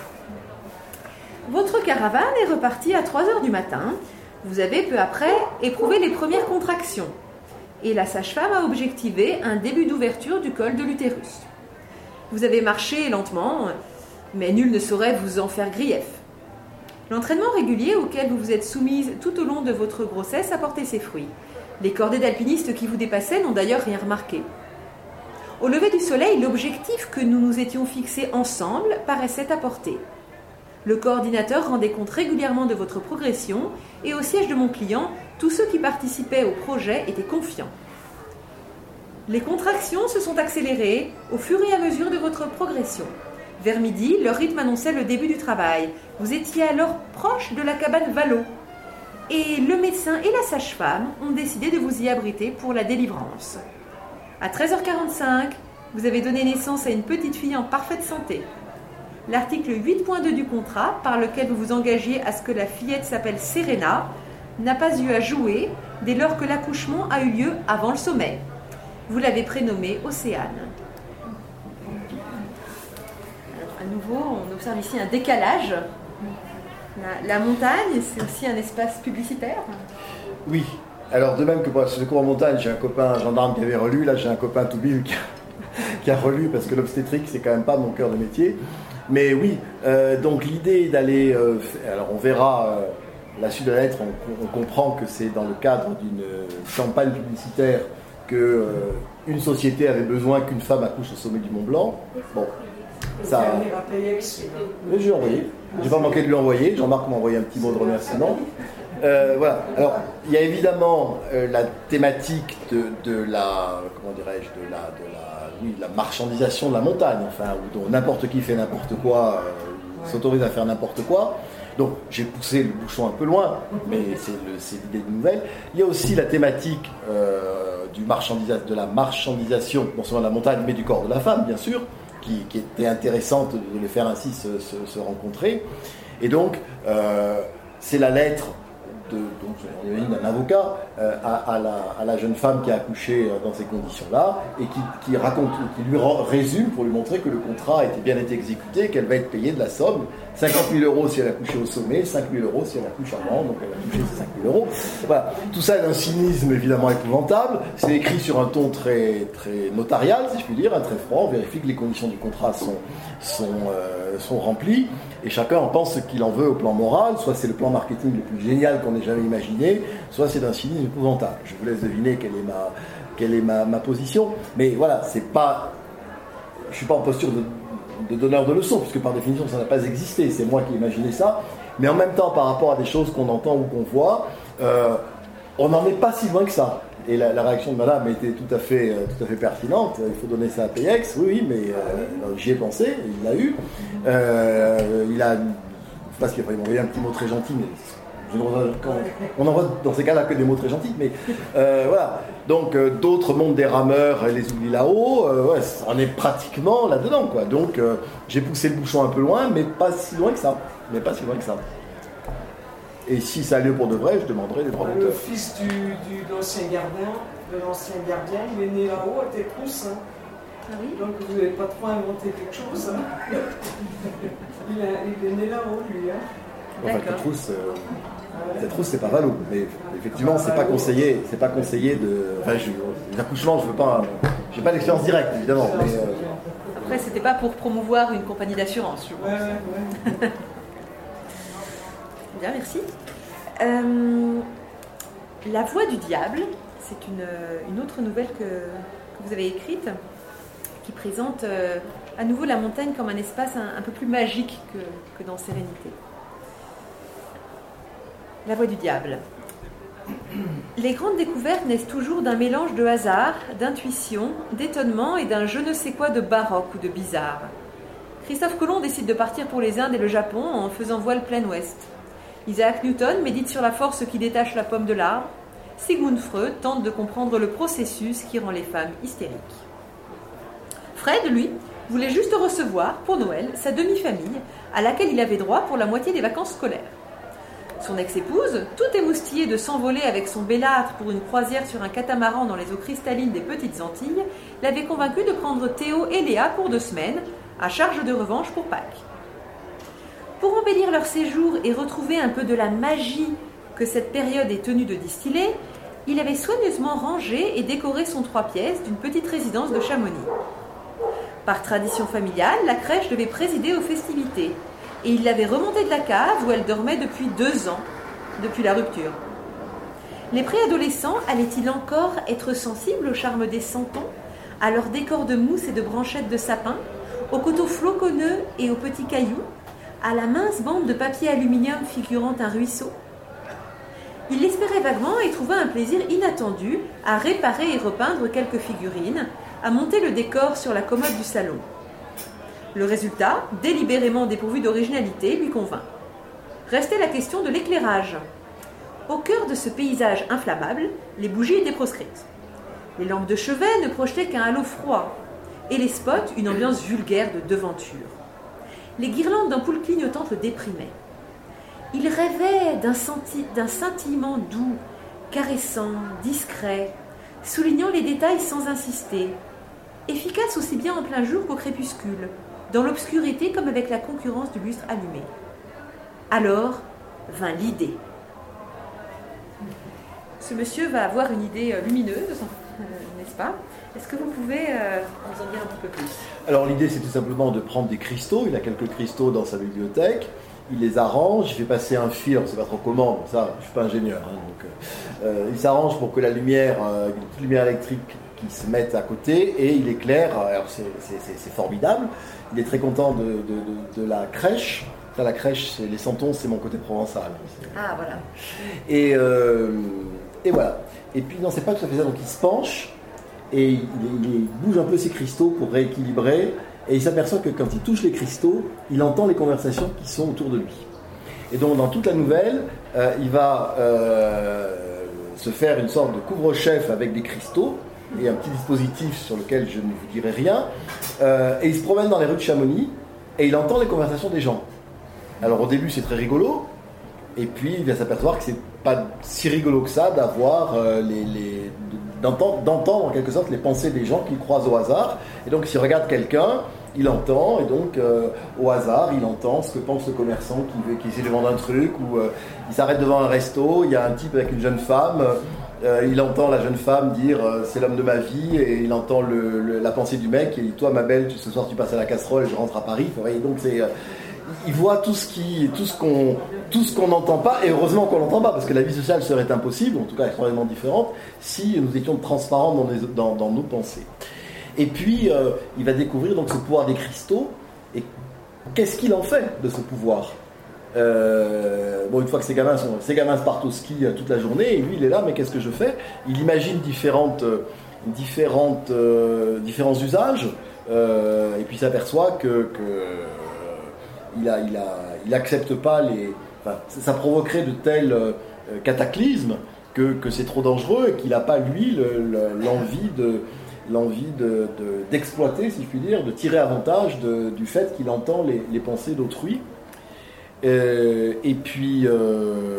Votre caravane est repartie à trois heures du matin. Vous avez peu après éprouvé les premières contractions. Et la sage-femme a objectivé un début d'ouverture du col de l'utérus. Vous avez marché lentement, mais nul ne saurait vous en faire grief. L'entraînement régulier auquel vous vous êtes soumise tout au long de votre grossesse a porté ses fruits. Les cordées d'alpinistes qui vous dépassaient n'ont d'ailleurs rien remarqué. Au lever du soleil, l'objectif que nous nous étions fixés ensemble paraissait à portée. Le coordinateur rendait compte régulièrement de votre progression et au siège de mon client, tous ceux qui participaient au projet étaient confiants. Les contractions se sont accélérées au fur et à mesure de votre progression. Vers midi, leur rythme annonçait le début du travail. Vous étiez alors proche de la cabane Vallot. Et le médecin et la sage-femme ont décidé de vous y abriter pour la délivrance. À treize heures quarante-cinq, vous avez donné naissance à une petite fille en parfaite santé. L'article huit point deux du contrat, par lequel vous vous engagiez à ce que la fillette s'appelle Serena, n'a pas eu à jouer dès lors que l'accouchement a eu lieu avant le sommet. Vous l'avez prénommée Océane. Alors, à nouveau, on observe ici un décalage. La, la montagne, c'est aussi un espace publicitaire. Oui. Alors, de même que pour ce secours en montagne, j'ai un copain gendarme qui avait relu, là j'ai un copain tout bim qui a, qui a relu, parce que l'obstétrique, c'est quand même pas mon cœur de métier. Mais oui, euh, donc l'idée d'aller... Euh, alors, on verra euh, la suite de la lettre, on, on comprend que c'est dans le cadre d'une campagne publicitaire que euh, une société avait besoin qu'une femme accouche au sommet du Mont Blanc. Bon, ça... Mais j'ai envoyé. J'ai pas manqué de lui envoyer. Jean-Marc m'a envoyé un petit mot de remerciement. Euh, voilà. Alors, il y a évidemment euh, la thématique de, de la, comment dirais-je, de la, de la, oui, de la marchandisation de la montagne, enfin, où dont n'importe qui fait n'importe quoi, euh, s'autorise à faire n'importe quoi. Donc, j'ai poussé le bouchon un peu loin, mais c'est, le, c'est l'idée de nouvelle. Il y a aussi la thématique euh, du marchandisa- de la marchandisation, non seulement de la montagne, mais du corps de la femme, bien sûr, qui, qui était intéressante de les faire ainsi se, se, se rencontrer. Et donc, euh, c'est la lettre de, donc, on imagine d'un avocat euh, à, à, la, à la jeune femme qui a accouché euh, dans ces conditions-là et qui, qui raconte, qui lui résume pour lui montrer que le contrat a été bien été exécuté, qu'elle va être payée de la somme, cinquante mille euros si elle a couché au sommet, cinq mille euros si elle a couché avant, donc elle a touché ses cinq mille euros. Voilà. Tout ça est d'un cynisme évidemment épouvantable, c'est écrit sur un ton très, très notarial, si je puis dire, hein, très froid, on vérifie que les conditions du contrat sont, sont, euh, sont remplies, et chacun en pense ce qu'il en veut au plan moral, soit c'est le plan marketing le plus génial qu'on ait jamais imaginé, soit c'est d'un cynisme épouvantable. Je vous laisse deviner quelle est ma, quelle est ma, ma position, mais voilà, c'est pas, je suis pas en posture de, de donneur de leçons, puisque par définition ça n'a pas existé, c'est moi qui ai imaginé ça, mais en même temps par rapport à des choses qu'on entend ou qu'on voit, euh, on n'en est pas si loin que ça. Et la, la réaction de madame était tout à fait, euh, tout à fait pertinente. Il faut donner ça à P X, oui, oui, mais euh, j'y ai pensé, il l'a eu. Euh, il a, je sais pas ce qu'il a, il m'a envoyé un petit mot très gentil, mais on envoie dans ces cas-là que des mots très gentils, mais euh, voilà. Donc euh, d'autres montent des rameurs et les oublient là-haut, euh, ouais, on est pratiquement là-dedans, quoi. Donc euh, j'ai poussé le bouchon un peu loin, mais pas si loin que ça. Mais pas si loin que ça. Et si ça a lieu pour de vrai, je demanderai des droits d'auteur. Le fils du, du, de l'ancien gardien, de l'ancien gardien, il est né là-haut à Tétrousse. Hein. Ah oui. Donc vous n'avez pas trop inventé quelque chose. Hein. il, a, il est né là-haut, lui. Hein. Enfin, Tétrousse, euh, Tétrousse, c'est pas Valo. Mais effectivement, c'est pas conseillé, c'est pas conseillé de. Enfin, je, les accouchements, je veux pas. J'ai pas d'expérience directe, évidemment. Mais, euh... Après, c'était pas pour promouvoir une compagnie d'assurance, je pense. Ouais, ouais, ouais. Bien, merci. Euh, La Voix du Diable, c'est une, une autre nouvelle que, que vous avez écrite, qui présente euh, à nouveau la montagne comme un espace un, un peu plus magique que, que dans Sérénité. La Voix du Diable. Les grandes découvertes naissent toujours d'un mélange de hasard, d'intuition, d'étonnement et d'un je ne sais quoi de baroque ou de bizarre. Christophe Colomb décide de partir pour les Indes et le Japon en faisant voile plein ouest. Isaac Newton médite sur la force qui détache la pomme de l'arbre. Sigmund Freud tente de comprendre le processus qui rend les femmes hystériques. Fred, lui, voulait juste recevoir, pour Noël, sa demi-famille, à laquelle il avait droit pour la moitié des vacances scolaires. Son ex-épouse, tout émoustillée de s'envoler avec son bellâtre pour une croisière sur un catamaran dans les eaux cristallines des Petites Antilles, l'avait convaincu de prendre Théo et Léa pour deux semaines, à charge de revanche pour Pâques. Pour embellir leur séjour et retrouver un peu de la magie que cette période est tenue de distiller, il avait soigneusement rangé et décoré son trois pièces d'une petite résidence de Chamonix. Par tradition familiale, la crèche devait présider aux festivités, et il l'avait remontée de la cave où elle dormait depuis deux ans, depuis la rupture. Les préadolescents allaient-ils encore être sensibles au charme des santons, à leur décor de mousse et de branchettes de sapin, aux coteaux floconneux et aux petits cailloux, à la mince bande de papier aluminium figurant un ruisseau? Il l'espérait vaguement et trouva un plaisir inattendu à réparer et repeindre quelques figurines, à monter le décor sur la commode du salon. Le résultat, délibérément dépourvu d'originalité, lui convint. Restait la question de l'éclairage. Au cœur de ce paysage inflammable, les bougies étaient proscrites. Les lampes de chevet ne projetaient qu'un halo froid, et les spots une ambiance vulgaire de devanture. Les guirlandes d'ampoules clignotantes le déprimaient. Il rêvait d'un, senti- d'un scintillement doux, caressant, discret, soulignant les détails sans insister, efficace aussi bien en plein jour qu'au crépuscule, dans l'obscurité comme avec la concurrence du lustre allumé. Alors vint l'idée. Ce monsieur va avoir une idée lumineuse, euh, n'est-ce pas ? Est-ce que vous pouvez euh, nous en dire un petit peu plus ? Alors l'idée, c'est tout simplement de prendre des cristaux. Il a quelques cristaux dans sa bibliothèque. Il les arrange, il fait passer un fil, on ne sait pas trop comment, ça, je ne suis pas ingénieur. Hein, donc, euh, il s'arrange pour que la lumière, euh, toute lumière électrique qui se mette à côté, et il éclaire. Alors c'est, c'est, c'est, c'est formidable. Il est très content de, de, de, de la crèche. Enfin, la crèche, c'est, les santons, c'est mon côté provençal. C'est... Ah, voilà. Et, euh, et voilà. Et puis, non, c'est pas tout à fait ça. Donc il se penche, et il, il bouge un peu ses cristaux pour rééquilibrer. Et il s'aperçoit que quand il touche les cristaux, il entend les conversations qui sont autour de lui. Et donc dans toute la nouvelle, euh, il va euh, se faire une sorte de couvre-chef avec des cristaux et un petit dispositif sur lequel je ne vous dirai rien. Euh, et il se promène dans les rues de Chamonix et il entend les conversations des gens. Alors au début c'est très rigolo, Et puis il va s'apercevoir que c'est pas si rigolo que ça d'avoir euh, les, les d'entendre, d'entendre en quelque sorte les pensées des gens qu'il croise au hasard. Et donc s'il regarde quelqu'un, il entend, et donc euh, au hasard, il entend ce que pense le commerçant qui, veut, qui essaie de vendre un truc, ou euh, il s'arrête devant un resto, il y a un type avec une jeune femme, euh, il entend la jeune femme dire euh, c'est l'homme de ma vie, et il entend le, le, la pensée du mec, et il dit toi ma belle, ce soir tu passes à la casserole et je rentre à Paris. Vous voyez, donc c'est... Euh, il voit tout ce qui, tout ce qu'on, tout ce qu'on n'entend pas, et heureusement qu'on n'entend pas, parce que la vie sociale serait impossible, en tout cas extrêmement différente, si nous étions transparents dans, les, dans, dans nos pensées. Et puis, euh, il va découvrir donc ce pouvoir des cristaux, et qu'est-ce qu'il en fait de ce pouvoir ? euh, Bon, une fois que ces gamins, sont, ces gamins partent au ski toute la journée, et lui, il est là, mais qu'est-ce que je fais ? Il imagine différentes, différentes, euh, différents usages, euh, et puis il s'aperçoit que... que il a, il a, il accepte pas les... Enfin, ça provoquerait de tels euh, cataclysmes que, que c'est trop dangereux, et qu'il n'a pas, lui, le, le, l'envie de... l'envie de, de, d'exploiter, si je puis dire, de tirer avantage de, du fait qu'il entend les, les pensées d'autrui. Euh, et, puis, euh,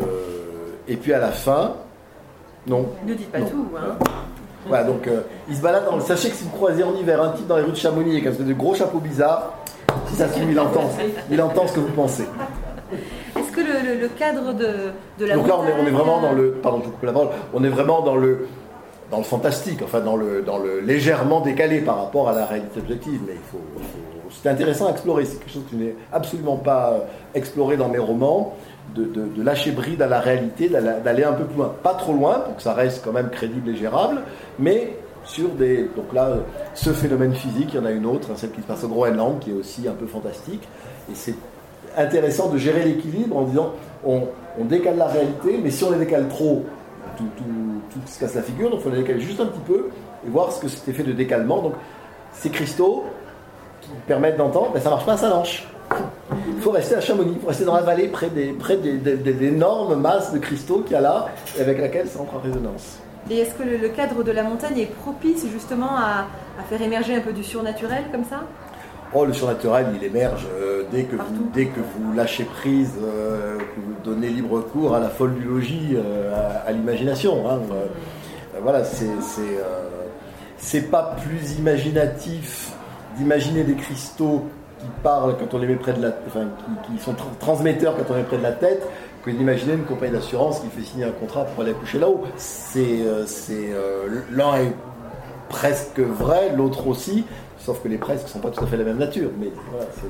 et puis à la fin, non. Ne dites pas non. tout, hein. Voilà, donc euh, il se balade dans le... Sachez que si vous croisez en hiver un type dans les rues de Chamonix avec de gros chapeaux bizarres, si ça se trouve, il entend, il entend ce que vous pensez. Est-ce que le, le, le cadre de, de la donc là, on est, on est vraiment dans le... euh, Pardon, je vous coupe la parole. On est vraiment dans le... dans le fantastique, enfin dans le, dans le légèrement décalé par rapport à la réalité objective, mais il faut, il faut, c'est intéressant à explorer, c'est quelque chose qui n'est absolument pas exploré dans mes romans, de, de, de lâcher bride à la réalité, d'aller, d'aller un peu plus loin, pas trop loin, pour que ça reste quand même crédible et gérable, mais sur des... Donc là, ce phénomène physique, il y en a une autre, celle qui se passe au Groenland, qui est aussi un peu fantastique, et c'est intéressant de gérer l'équilibre en disant, on, on décale la réalité, mais si on les décale trop, Tout, tout, tout se casse la figure, donc il faut les décaler juste un petit peu et voir ce que cet effet de décalement. Donc ces cristaux qui permettent d'entendre, ben, ça marche pas à Salanches. Il faut rester à Chamonix, il faut rester dans la vallée près des, près des, des, des, des énormes masses de cristaux qu'il y a là et avec laquelle ça entre en résonance. Et est-ce que le, le cadre de la montagne est propice justement à, à faire émerger un peu du surnaturel comme ça ? Oh, le surnaturel, il émerge euh, dès, que vous, dès que vous lâchez prise, euh, que vous donnez libre cours à la folle du logis, euh, à, à l'imagination. Hein. Euh, voilà, c'est, c'est, euh, c'est pas plus imaginatif d'imaginer des cristaux qui parlent quand on les met près de la, enfin, qui, qui sont tra- transmetteurs quand on les met près de la tête, que d'imaginer une compagnie d'assurance qui fait signer un contrat pour aller coucher là-haut. C'est, euh, c'est euh, l'un est presque vrai, l'autre aussi. Sauf que les presque ne sont pas tout à fait la même nature, mais voilà, c'est,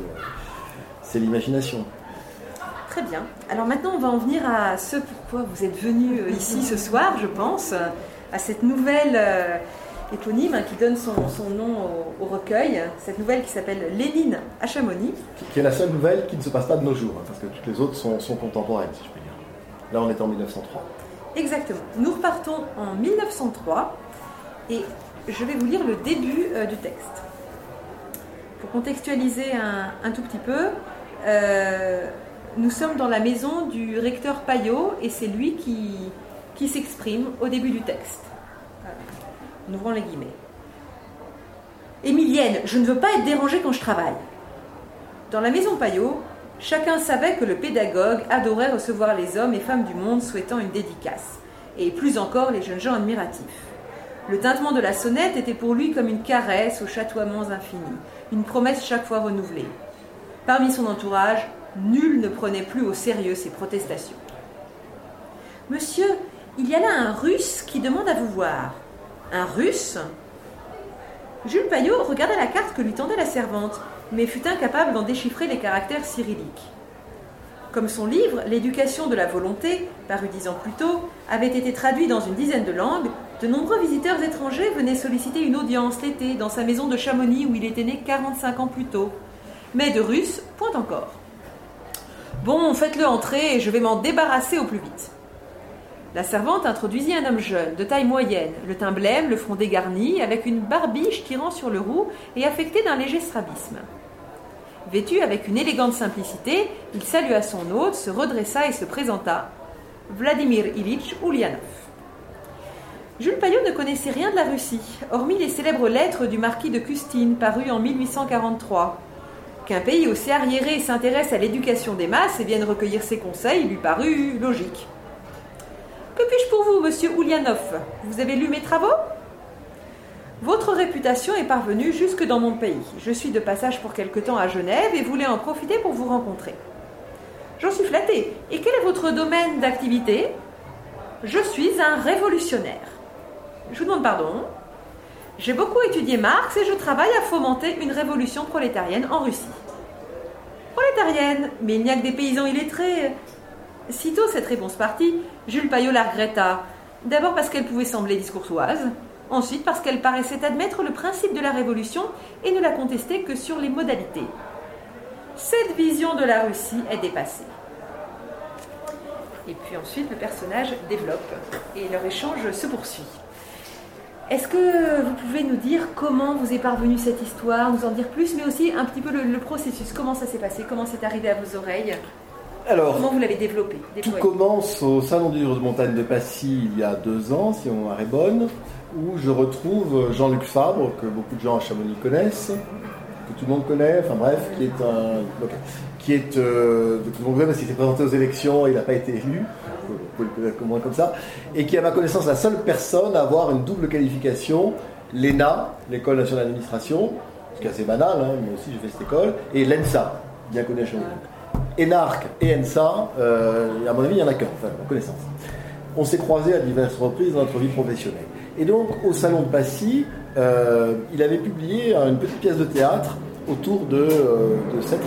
c'est l'imagination. Très bien. Alors maintenant, on va en venir à ce pourquoi vous êtes venus ici ce soir, je pense, à cette nouvelle euh, éponyme hein, qui donne son, son nom au, au recueil, cette nouvelle qui s'appelle Lénine à Chamonix. Qui est la seule nouvelle qui ne se passe pas de nos jours, hein, parce que toutes les autres sont, sont contemporaines, si je peux dire. Là, on est en mille neuf cent trois. Exactement. Nous repartons en mille neuf cent trois et je vais vous lire le début euh, du texte. Pour contextualiser un, un tout petit peu, euh, nous sommes dans la maison du recteur Payot et c'est lui qui, qui s'exprime au début du texte. Voilà. En ouvrant les guillemets. Émilienne, je ne veux pas être dérangée quand je travaille. Dans la maison Payot, chacun savait que le pédagogue adorait recevoir les hommes et femmes du monde souhaitant une dédicace, et plus encore les jeunes gens admiratifs. Le tintement de la sonnette était pour lui comme une caresse aux chatoiements infinis, une promesse chaque fois renouvelée. Parmi son entourage, nul ne prenait plus au sérieux ses protestations. « Monsieur, il y a là un Russe qui demande à vous voir. »« Un Russe ?» Jules Payot regarda la carte que lui tendait la servante, mais fut incapable d'en déchiffrer les caractères cyrilliques. Comme son livre « L'éducation de la volonté », paru dix ans plus tôt, avait été traduit dans une dizaine de langues, de nombreux visiteurs étrangers venaient solliciter une audience l'été dans sa maison de Chamonix où il était né quarante-cinq ans plus tôt. Mais de Russes, point encore. « Bon, faites-le entrer et je vais m'en débarrasser au plus vite. » La servante introduisit un homme jeune, de taille moyenne, le teint blême, le front dégarni, avec une barbiche tirant sur le roux et affecté d'un léger strabisme. Vêtu avec une élégante simplicité, il salua son hôte, se redressa et se présenta. Vladimir Ilitch Ulyanov. Jules Payot ne connaissait rien de la Russie, hormis les célèbres lettres du marquis de Custine, parues en mille huit cent quarante-trois. Qu'un pays aussi arriéré s'intéresse à l'éducation des masses et vienne recueillir ses conseils lui parut logique. Que puis-je pour vous, monsieur Oulianov? Vous avez lu mes travaux? Votre réputation est parvenue jusque dans mon pays. Je suis de passage pour quelque temps à Genève et voulais en profiter pour vous rencontrer. J'en suis flattée. Et quel est votre domaine d'activité? Je suis un révolutionnaire. Je vous demande pardon. J'ai beaucoup étudié Marx et je travaille à fomenter une révolution prolétarienne en Russie. Prolétarienne? Mais il n'y a que des paysans illettrés. Sitôt cette réponse partie, Jules Payot la regretta. D'abord parce qu'elle pouvait sembler discourtoise, ensuite parce qu'elle paraissait admettre le principe de la révolution et ne la contester que sur les modalités. Cette vision de la Russie est dépassée. Et puis ensuite, le personnage développe et leur échange se poursuit. Est-ce que vous pouvez nous dire comment vous est parvenue cette histoire, nous en dire plus, mais aussi un petit peu le, le processus, comment ça s'est passé, comment c'est arrivé à vos oreilles? Alors, comment vous l'avez développé, déployé? Tout commence au Salon du livre de montagne de Passy il y a deux ans, si on est bonne, où je retrouve Jean-Luc Fabre, que beaucoup de gens à Chamonix connaissent, que tout le monde connaît, enfin bref, qui est un... Okay, qui est... Euh, tout le monde connaît parce qu'il s'est présenté aux élections et il n'a pas été élu, on peut le connaître moins comme ça, et qui est à ma connaissance la seule personne à avoir une double qualification, l'E N A, l'École nationale d'administration, ce qui est assez banal, hein, mais aussi j'ai fait cette école, et l'E N S A, bien connu à Chamonix. Énarque et E N S A, euh, à mon avis, il n'y en a qu'un, enfin, à ma connaissance. On s'est croisés à diverses reprises dans notre vie professionnelle. Et donc, au Salon de Passy, euh, il avait publié une petite pièce de théâtre autour de, euh, de, cette,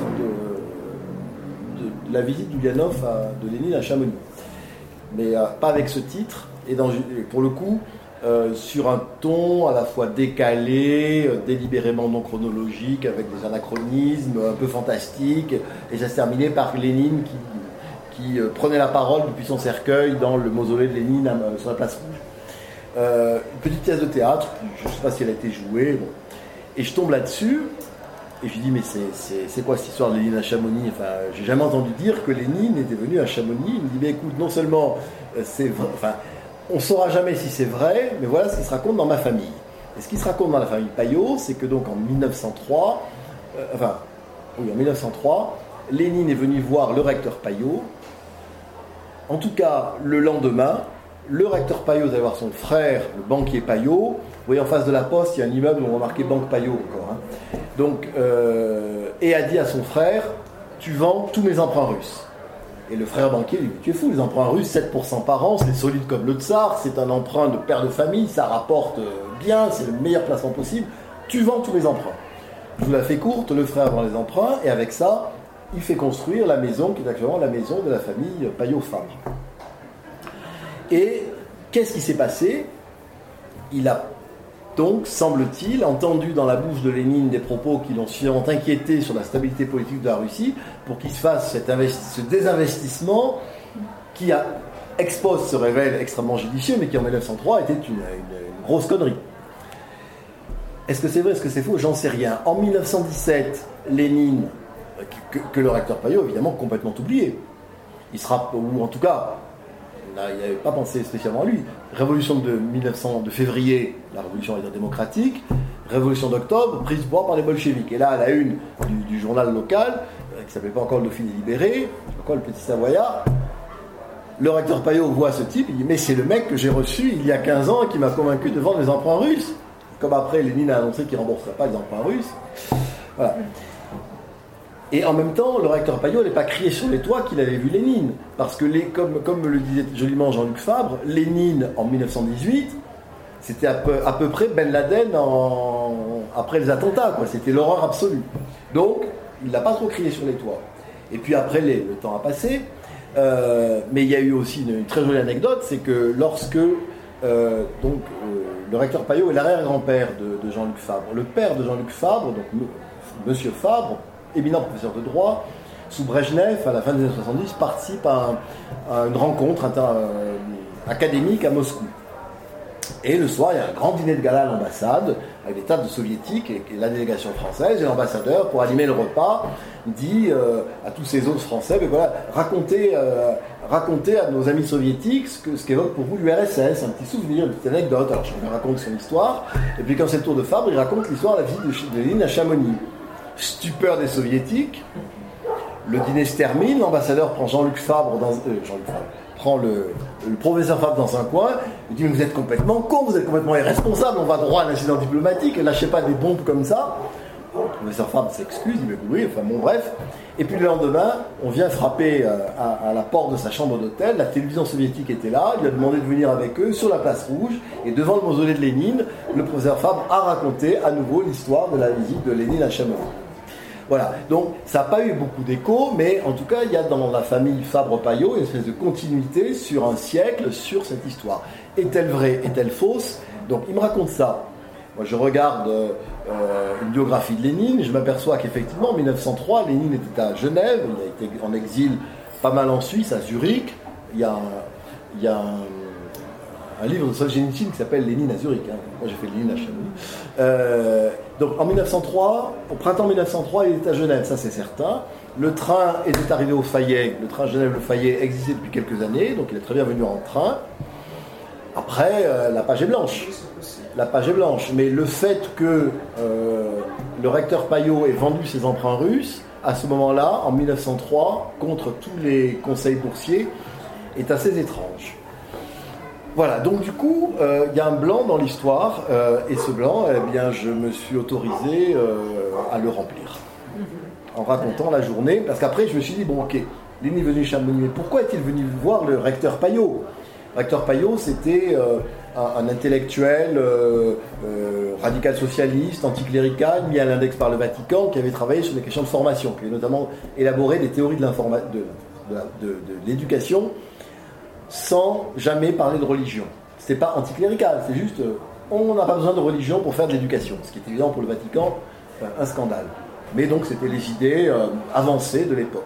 de, de la visite d'Oulianov de Lénine à Chamonix. Mais euh, pas avec ce titre, et dans, pour le coup, euh, sur un ton à la fois décalé, euh, délibérément non chronologique, avec des anachronismes un peu fantastiques, et ça se terminait par Lénine qui, qui euh, prenait la parole depuis son cercueil dans le mausolée de Lénine euh, sur la place Rouge. Euh, une petite pièce de théâtre, je ne sais pas si elle a été jouée, bon. Et je tombe là-dessus, et je lui dis, mais c'est, c'est, c'est quoi cette histoire de Lénine à Chamonix? Enfin, j'ai jamais entendu dire que Lénine était venu à Chamonix. Il me dit, mais écoute, non seulement euh, c'est vrai, enfin, on ne saura jamais si c'est vrai, mais voilà ce qui se raconte dans ma famille. Et ce qui se raconte dans la famille Payot, c'est que donc en mille neuf cent trois, euh, enfin, oui, en mille neuf cent trois, Lénine est venu voir le recteur Payot. En tout cas, le lendemain, le recteur Payot allait voir son frère, le banquier Payot. Vous voyez, en face de la poste, il y a un immeuble où on a marqué Banque Payot encore. Hein. Donc, euh, et a dit à son frère, tu vends tous mes emprunts russes. Et le frère banquier lui dit, tu es fou, les emprunts russes, sept pour cent par an, c'est solide comme le tsar, c'est un emprunt de père de famille, ça rapporte bien, c'est le meilleur placement possible, tu vends tous mes emprunts. Je vous la fais courte, le frère vend les emprunts, et avec ça, il fait construire la maison qui est actuellement la maison de la famille Payot-Fabre. Et qu'est-ce qui s'est passé? Il a donc, semble-t-il, entendu dans la bouche de Lénine des propos qui l'ont suffisamment inquiété sur la stabilité politique de la Russie pour qu'il se fasse cet investi- ce désinvestissement qui, à ex post, se révèle extrêmement judicieux, mais qui en mille neuf cent trois était une, une, une grosse connerie. Est-ce que c'est vrai, est-ce que c'est faux? J'en sais rien. En mille neuf cent dix-sept, Lénine, que, que le recteur Payot, évidemment, complètement oublié. Il sera, ou en tout cas, il n'avait pas pensé spécialement à lui. Révolution de mille neuf cents, de février, la révolution démocratique. Révolution d'octobre, prise de pouvoir par les bolcheviks. Et là, à la une du, du journal local, euh, qui ne s'appelait pas encore le Dauphiné libéré, je sais pas quoi, le Petit Savoyard, le recteur Payot voit ce type, il dit, mais c'est le mec que j'ai reçu il y a quinze ans et qui m'a convaincu de vendre les emprunts russes. Comme après, Lénine a annoncé qu'il ne rembourserait pas les emprunts russes. Voilà. Et en même temps, le recteur Payot n'allait pas crier sur les toits qu'il avait vu Lénine. Parce que, les, comme, comme le disait joliment Jean-Luc Fabre, Lénine, en mille neuf cent dix-huit, c'était à peu, à peu près Ben Laden en, après les attentats, quoi. C'était l'horreur absolue. Donc, il n'a pas trop crié sur les toits. Et puis après, les, le temps a passé. Euh, mais il y a eu aussi une, une très jolie anecdote, c'est que lorsque euh, donc, euh, le recteur Payot est l'arrière-grand-père de, de Jean-Luc Fabre. Le père de Jean-Luc Fabre, donc M. Monsieur Fabre, éminent professeur de droit, sous Brejnev, à la fin des années soixante-dix, participe à, un, à une rencontre inter, euh, académique à Moscou. Et le soir, il y a un grand dîner de gala à l'ambassade, avec des tas de soviétiques et, et la délégation française, et l'ambassadeur, pour animer le repas, dit euh, à tous ces autres Français, ben voilà, racontez, euh, racontez à nos amis soviétiques ce, que, ce qu'évoque pour vous l'U R S S, un petit souvenir, une petite anecdote. Alors je raconte son histoire, et puis quand c'est le tour de Fabre, il raconte l'histoire de la visite de, de Lénine à Chamonix. stupeur des soviétiques. Le dîner se termine, l'ambassadeur prend Jean-Luc Fabre dans... Euh, Jean-Luc Fabre prend le, le professeur Fabre dans un coin, il dit « Mais vous êtes complètement con, vous êtes complètement irresponsable, on va droit à l'incident diplomatique, lâchez pas des bombes comme ça. » Le professeur Fabre s'excuse, il dit « Oui, enfin bon, bref. » Et puis le lendemain, on vient frapper euh, à, à la porte de sa chambre d'hôtel, la télévision soviétique était là, il lui a demandé de venir avec eux sur la place Rouge, et devant le mausolée de Lénine, le professeur Fabre a raconté à nouveau l'histoire de la visite de Lénine à Chamonix. Voilà, donc ça n'a pas eu beaucoup d'écho, mais en tout cas, il y a dans la famille Fabre-Payot une espèce de continuité sur un siècle sur cette histoire. Est-elle vraie, est-elle fausse? Donc il me raconte ça. Moi je regarde euh, une biographie de Lénine, je m'aperçois qu'effectivement en mille neuf cent trois, Lénine était à Genève, il a été en exil pas mal en Suisse, à Zurich. Il y a un, il y a un, un livre de Solzhenitsyn qui s'appelle Lénine à Zurich. Hein. Moi j'ai fait Lénine à Chamonix. Euh, donc en mille neuf cent trois, au printemps mille neuf cent trois, il est à Genève, ça c'est certain. Le train était arrivé au Fayet, le train Genève-Le Fayet existait depuis quelques années, donc il est très bien venu en train. Après, euh, la page est blanche. La page est blanche. Mais le fait que euh, le recteur Payot ait vendu ses emprunts russes, à ce moment-là, en mille neuf cent trois, contre tous les conseils boursiers, est assez étrange. Voilà, donc du coup, il euh, y a un blanc dans l'histoire, euh, et ce blanc, eh bien, je me suis autorisé euh, à le remplir. En racontant la journée, parce qu'après, je me suis dit, bon, ok, Lénine est venu chez Chamonix, mais pourquoi est-il venu voir le recteur Payot? Le recteur Payot, c'était euh, un, un intellectuel euh, euh, radical socialiste, anticlérical, mis à l'index par le Vatican, qui avait travaillé sur des questions de formation, qui avait notamment élaboré des théories de, l'informa- de, de, de, de, de l'éducation, sans jamais parler de religion. C'était pas anticlérical, c'est juste euh, on n'a pas besoin de religion pour faire de l'éducation, ce qui est évident pour le Vatican, euh, un scandale. Mais donc c'était les idées euh, avancées de l'époque.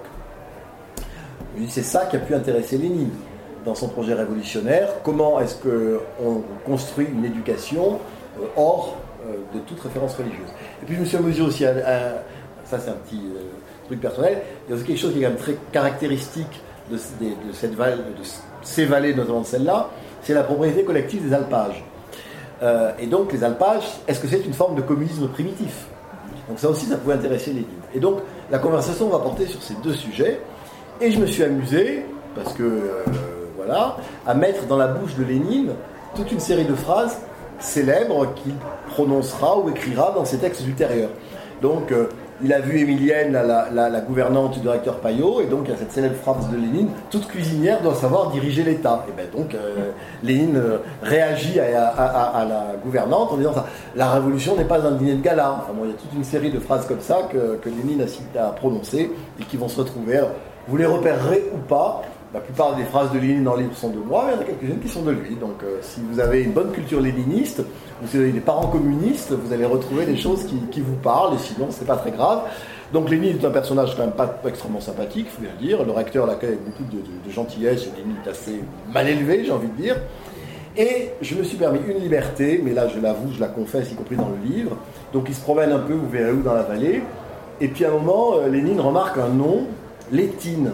C'est ça qui a pu intéresser Lénine dans son projet révolutionnaire. Comment est-ce qu'on construit une éducation euh, hors euh, de toute référence religieuse. Et puis je me suis amusé aussi à, à ça c'est un petit euh, truc personnel, il y a aussi quelque chose qui est quand même très caractéristique de, de, de cette vallée, de ces vallées, notamment de celle-là, c'est la propriété collective des alpages. Euh, et donc les alpages, est-ce que c'est une forme de communisme primitif? Donc ça aussi, ça pouvait intéresser Lénine. Et donc la conversation va porter sur ces deux sujets, et je me suis amusé, parce que, euh, voilà, à mettre dans la bouche de Lénine toute une série de phrases célèbres qu'il prononcera ou écrira dans ses textes ultérieurs. Donc, euh, il a vu Émilienne, la, la, la, la gouvernante du recteur Payot, et donc il y a cette célèbre phrase de Lénine, toute cuisinière doit savoir diriger l'État. Et bien donc, euh, Lénine euh, réagit à, à, à, à la gouvernante en disant ça, la révolution n'est pas un dîner de gala. Enfin, bon, il y a toute une série de phrases comme ça que, que Lénine a, a prononcées et qui vont se retrouver. Alors, vous les repérerez ou pas. La plupart des phrases de Lénine dans le livre sont de moi, mais il y en a quelques-unes qui sont de lui. Donc euh, si vous avez une bonne culture léniniste, ou si vous avez des parents communistes, vous allez retrouver des choses qui, qui vous parlent, et sinon c'est pas très grave. Donc Lénine est un personnage quand même pas extrêmement sympathique, il faut bien le dire. Le recteur l'accueille avec beaucoup de, de, de gentillesse, Lénine est assez mal élevé, j'ai envie de dire. Et je me suis permis une liberté, mais là je l'avoue, je la confesse, y compris dans le livre. Donc il se promène un peu, vous verrez où, dans la vallée. Et puis à un moment, euh, Lénine remarque un nom, Létine.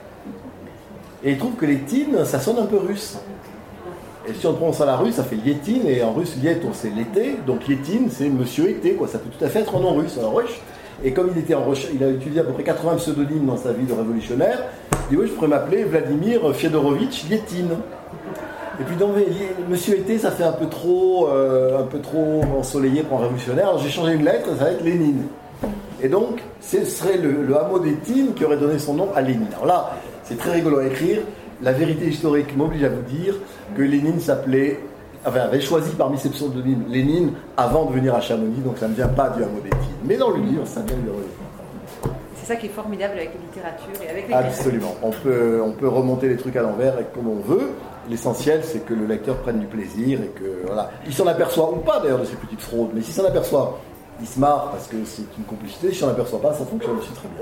Et il trouve que Létine, ça sonne un peu russe. Et si on le prononce à la russe, ça fait Liétine, et en russe, Liéton, c'est l'été. Donc Liétine, c'est monsieur été, quoi. Ça peut tout à fait être un nom russe. Alors, wesh. Et comme il était en recherche, il a utilisé à peu près quatre-vingts pseudonymes dans sa vie de révolutionnaire, il dit oui, je pourrais m'appeler Vladimir Fyodorovitch Liétine. Et puis donc, monsieur été, ça fait un peu trop, euh, un peu trop ensoleillé pour un révolutionnaire. Alors j'ai changé une lettre, ça va être Lénine. Et donc, ce serait le, le hameau d'Étine qui aurait donné son nom à Lénine. Alors là, c'est très rigolo à écrire. La vérité historique m'oblige à vous dire que Lénine s'appelait, enfin, avait choisi parmi ses pseudonymes Lénine avant de venir à Chamonix, donc ça ne vient pas du hameau d'Étine. Mais dans le livre, ça vient de le C'est ça qui est formidable avec la littérature et avec les Absolument. On peut, on peut remonter les trucs à l'envers comme on veut. L'essentiel, c'est que le lecteur prenne du plaisir et que, voilà. Il s'en aperçoit, ou pas d'ailleurs, de ces petites fraudes, mais s'il s'en aperçoit, il se marre parce que c'est une complicité. Si on n'aperçoit pas, ça fonctionne aussi très bien.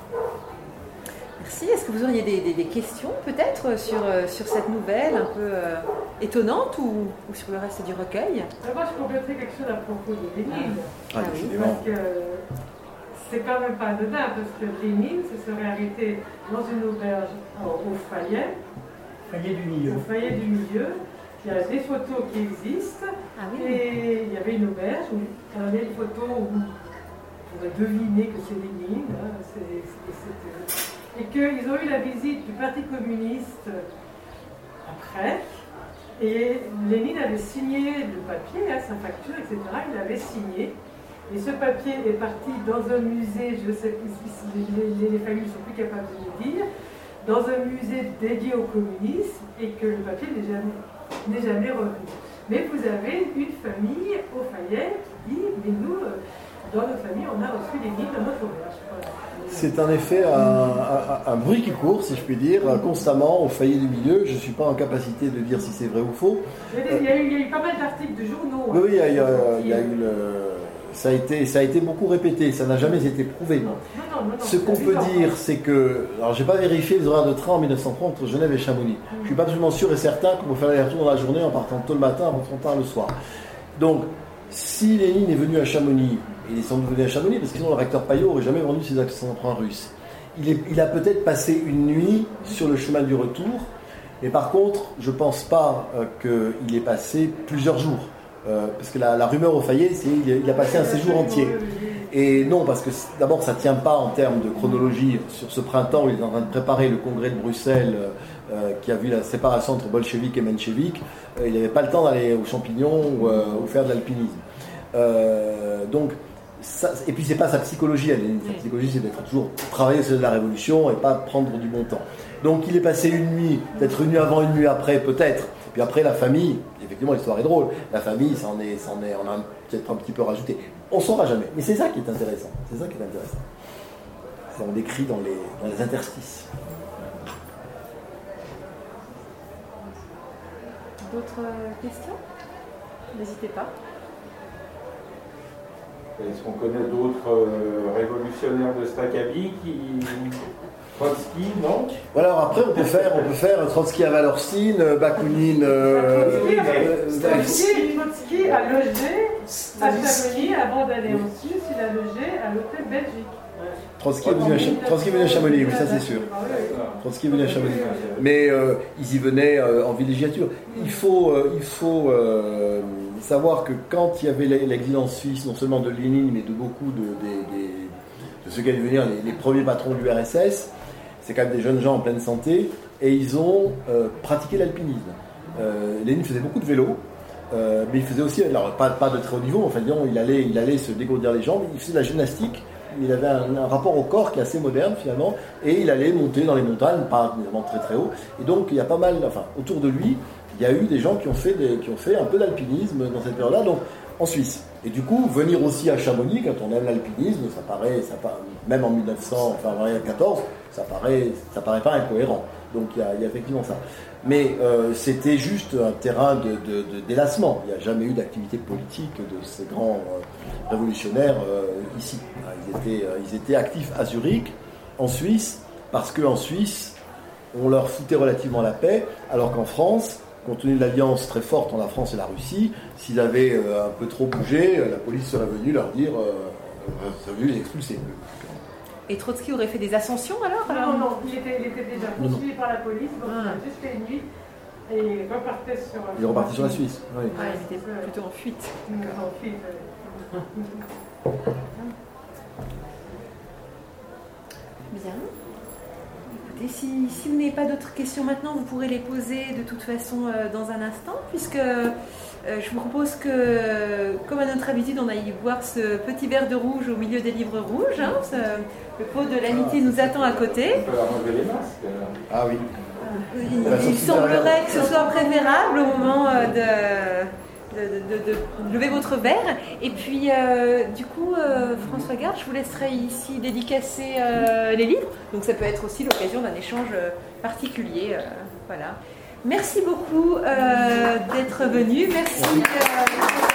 Merci. Est-ce que vous auriez des, des, des questions peut-être sur, sur cette nouvelle un peu euh, étonnante ou, ou sur le reste du recueil? Moi, je compléterais quelque chose à propos de Lénine. Ah, ah oui, parce que c'est quand même pas anodin, parce que Lénine se serait arrêté dans une auberge au Fayet. Fayet du milieu. Au Fayet du milieu. Il y a des photos qui existent. Ah oui. Et il y avait une auberge où il y avait une photo où pourrait deviner que c'est Lénine, hein, c'est, c'est, c'est, et qu'ils ont eu la visite du Parti communiste après, et Lénine avait signé le papier, hein, sa facture, et cetera, il avait signé, et ce papier est parti dans un musée, je sais plus, les, les, les familles ne sont plus capables de le dire, dans un musée dédié au communisme, et que le papier n'est jamais, n'est jamais revenu. Mais vous avez une famille au Fayet qui dit, mais nous, dans notre famille, on a reçu Lénine dans notre auberge. Voilà. C'est en effet un, un, un bruit qui court, si je puis dire, constamment au Fayet du Milieu. Je ne suis pas en capacité de dire si c'est vrai ou faux. Il y a eu, il y a eu pas mal d'articles de journaux. Oui, hein, il y a, il y a, il y a eu le... Ça a, été, ça a été beaucoup répété, ça n'a jamais été prouvé. Non, non, non, non, Ce qu'on peut dire, c'est que... Alors, je n'ai pas vérifié les horaires de train en mille neuf cent trente entre Genève et Chamonix. Mm. Je ne suis pas absolument sûr et certain qu'on peut faire les retours dans la journée en partant tôt le matin, en rentrant tard le soir. Donc, si Lénine est venu à Chamonix, il est sans doute venu à Chamonix, parce que sinon le recteur Payot n'aurait jamais vendu ses accents emprunts russes. Il, est, il a peut-être passé une nuit sur le chemin du retour, mais par contre, je ne pense pas euh, qu'il ait passé plusieurs jours. Euh, parce que la, la rumeur au Fayet, c'est qu'il a passé un séjour entier. Et non, parce que d'abord, ça ne tient pas en termes de chronologie. Sur ce printemps, il est en train de préparer le congrès de Bruxelles, euh, qui a vu la séparation entre bolcheviks et mencheviks. Euh, il n'avait pas le temps d'aller aux champignons ou, euh, ou faire de l'alpinisme. Euh, donc, ça, et puis c'est pas sa psychologie. Elle, sa psychologie, c'est d'être toujours travailler sur la révolution et pas prendre du bon temps. Donc, il est passé une nuit, peut-être une nuit avant, une nuit après, peut-être. Puis après, la famille, effectivement, l'histoire est drôle. La famille, ça en est, ça en est, on a peut-être un petit peu rajouté. On ne saura jamais. Mais c'est ça qui est intéressant. C'est ça qui est intéressant. C'est on décrit dans les, dans les interstices. D'autres questions? N'hésitez pas. Est-ce qu'on connaît d'autres euh, révolutionnaires de Staccabi qui... Trotsky, non? Voilà, alors après on peut faire, on peut faire Trotsky à Valorsine, Bakounine. Euh, Trotsky, Trotsky a logé à Chamonix avant d'aller en Suisse, il a logé à l'hôtel Belgique. Trotsky est venu à, Trotsky est venu à Chamonix, oui, ça c'est sûr. Trotsky est venu à Chamonix. Mais euh, ils y venaient euh, en villégiature. Il faut, euh, il faut euh, savoir que quand il y avait l'exil en Suisse, non seulement de Lénine, mais de beaucoup de, de, de, de ceux qui allaient devenir les, les premiers patrons de l'U R S S, c'est quand même des jeunes gens en pleine santé, et ils ont euh, pratiqué l'alpinisme. Euh, Lénine faisait beaucoup de vélo, euh, mais il faisait aussi, alors pas, pas de très haut niveau, enfin disons, il allait, il allait se dégourdir les jambes, il faisait de la gymnastique, il avait un, un rapport au corps qui est assez moderne finalement, et il allait monter dans les montagnes, pas évidemment très très haut, et donc il y a pas mal, enfin autour de lui, il y a eu des gens qui ont fait, des, qui ont fait un peu d'alpinisme dans cette période-là, donc en Suisse. Et du coup, venir aussi à Chamonix, quand on aime l'alpinisme, ça paraît, ça paraît même en mille neuf cents, enfin en quatorze, ça paraît, ça paraît pas incohérent. Donc il y a, il y a effectivement ça. Mais euh, c'était juste un terrain de, de, de délassement. Il n'y a jamais eu d'activité politique de ces grands euh, révolutionnaires euh, ici. Ils étaient, euh, ils étaient actifs à Zurich, en Suisse, parce qu'en Suisse, on leur foutait relativement la paix, alors qu'en France, compte tenu de l'alliance très forte entre la France et la Russie, s'ils avaient euh, un peu trop bougé, la police serait venue leur dire, euh, serait venue les expulser. Et Trotsky aurait fait des ascensions alors, alors Non, non, il était, il était déjà poursuivi par la police, donc ah. il a juste fait une nuit et il repartait sur la Suisse. Il repartait sur la Suisse, oui. Ah, il était plutôt en fuite. En fuite, oui. Bien. Écoutez, si, si vous n'avez pas d'autres questions maintenant, vous pourrez les poser de toute façon euh, dans un instant, puisque euh, je vous propose que, comme à notre habitude, on aille boire ce petit verre de rouge au milieu des livres rouges. Hein, ce, le pot de l'amitié nous attend à côté. On peut enlever les masques. Ah oui. Il, il semblerait que ce soit préférable au moment euh, de... De, de, de, de lever votre verre. Et puis, euh, du coup, euh, François Garde, je vous laisserai ici dédicacer euh, les livres. Donc, ça peut être aussi l'occasion d'un échange particulier. Euh, voilà. Merci beaucoup euh, d'être venu. Merci. Euh,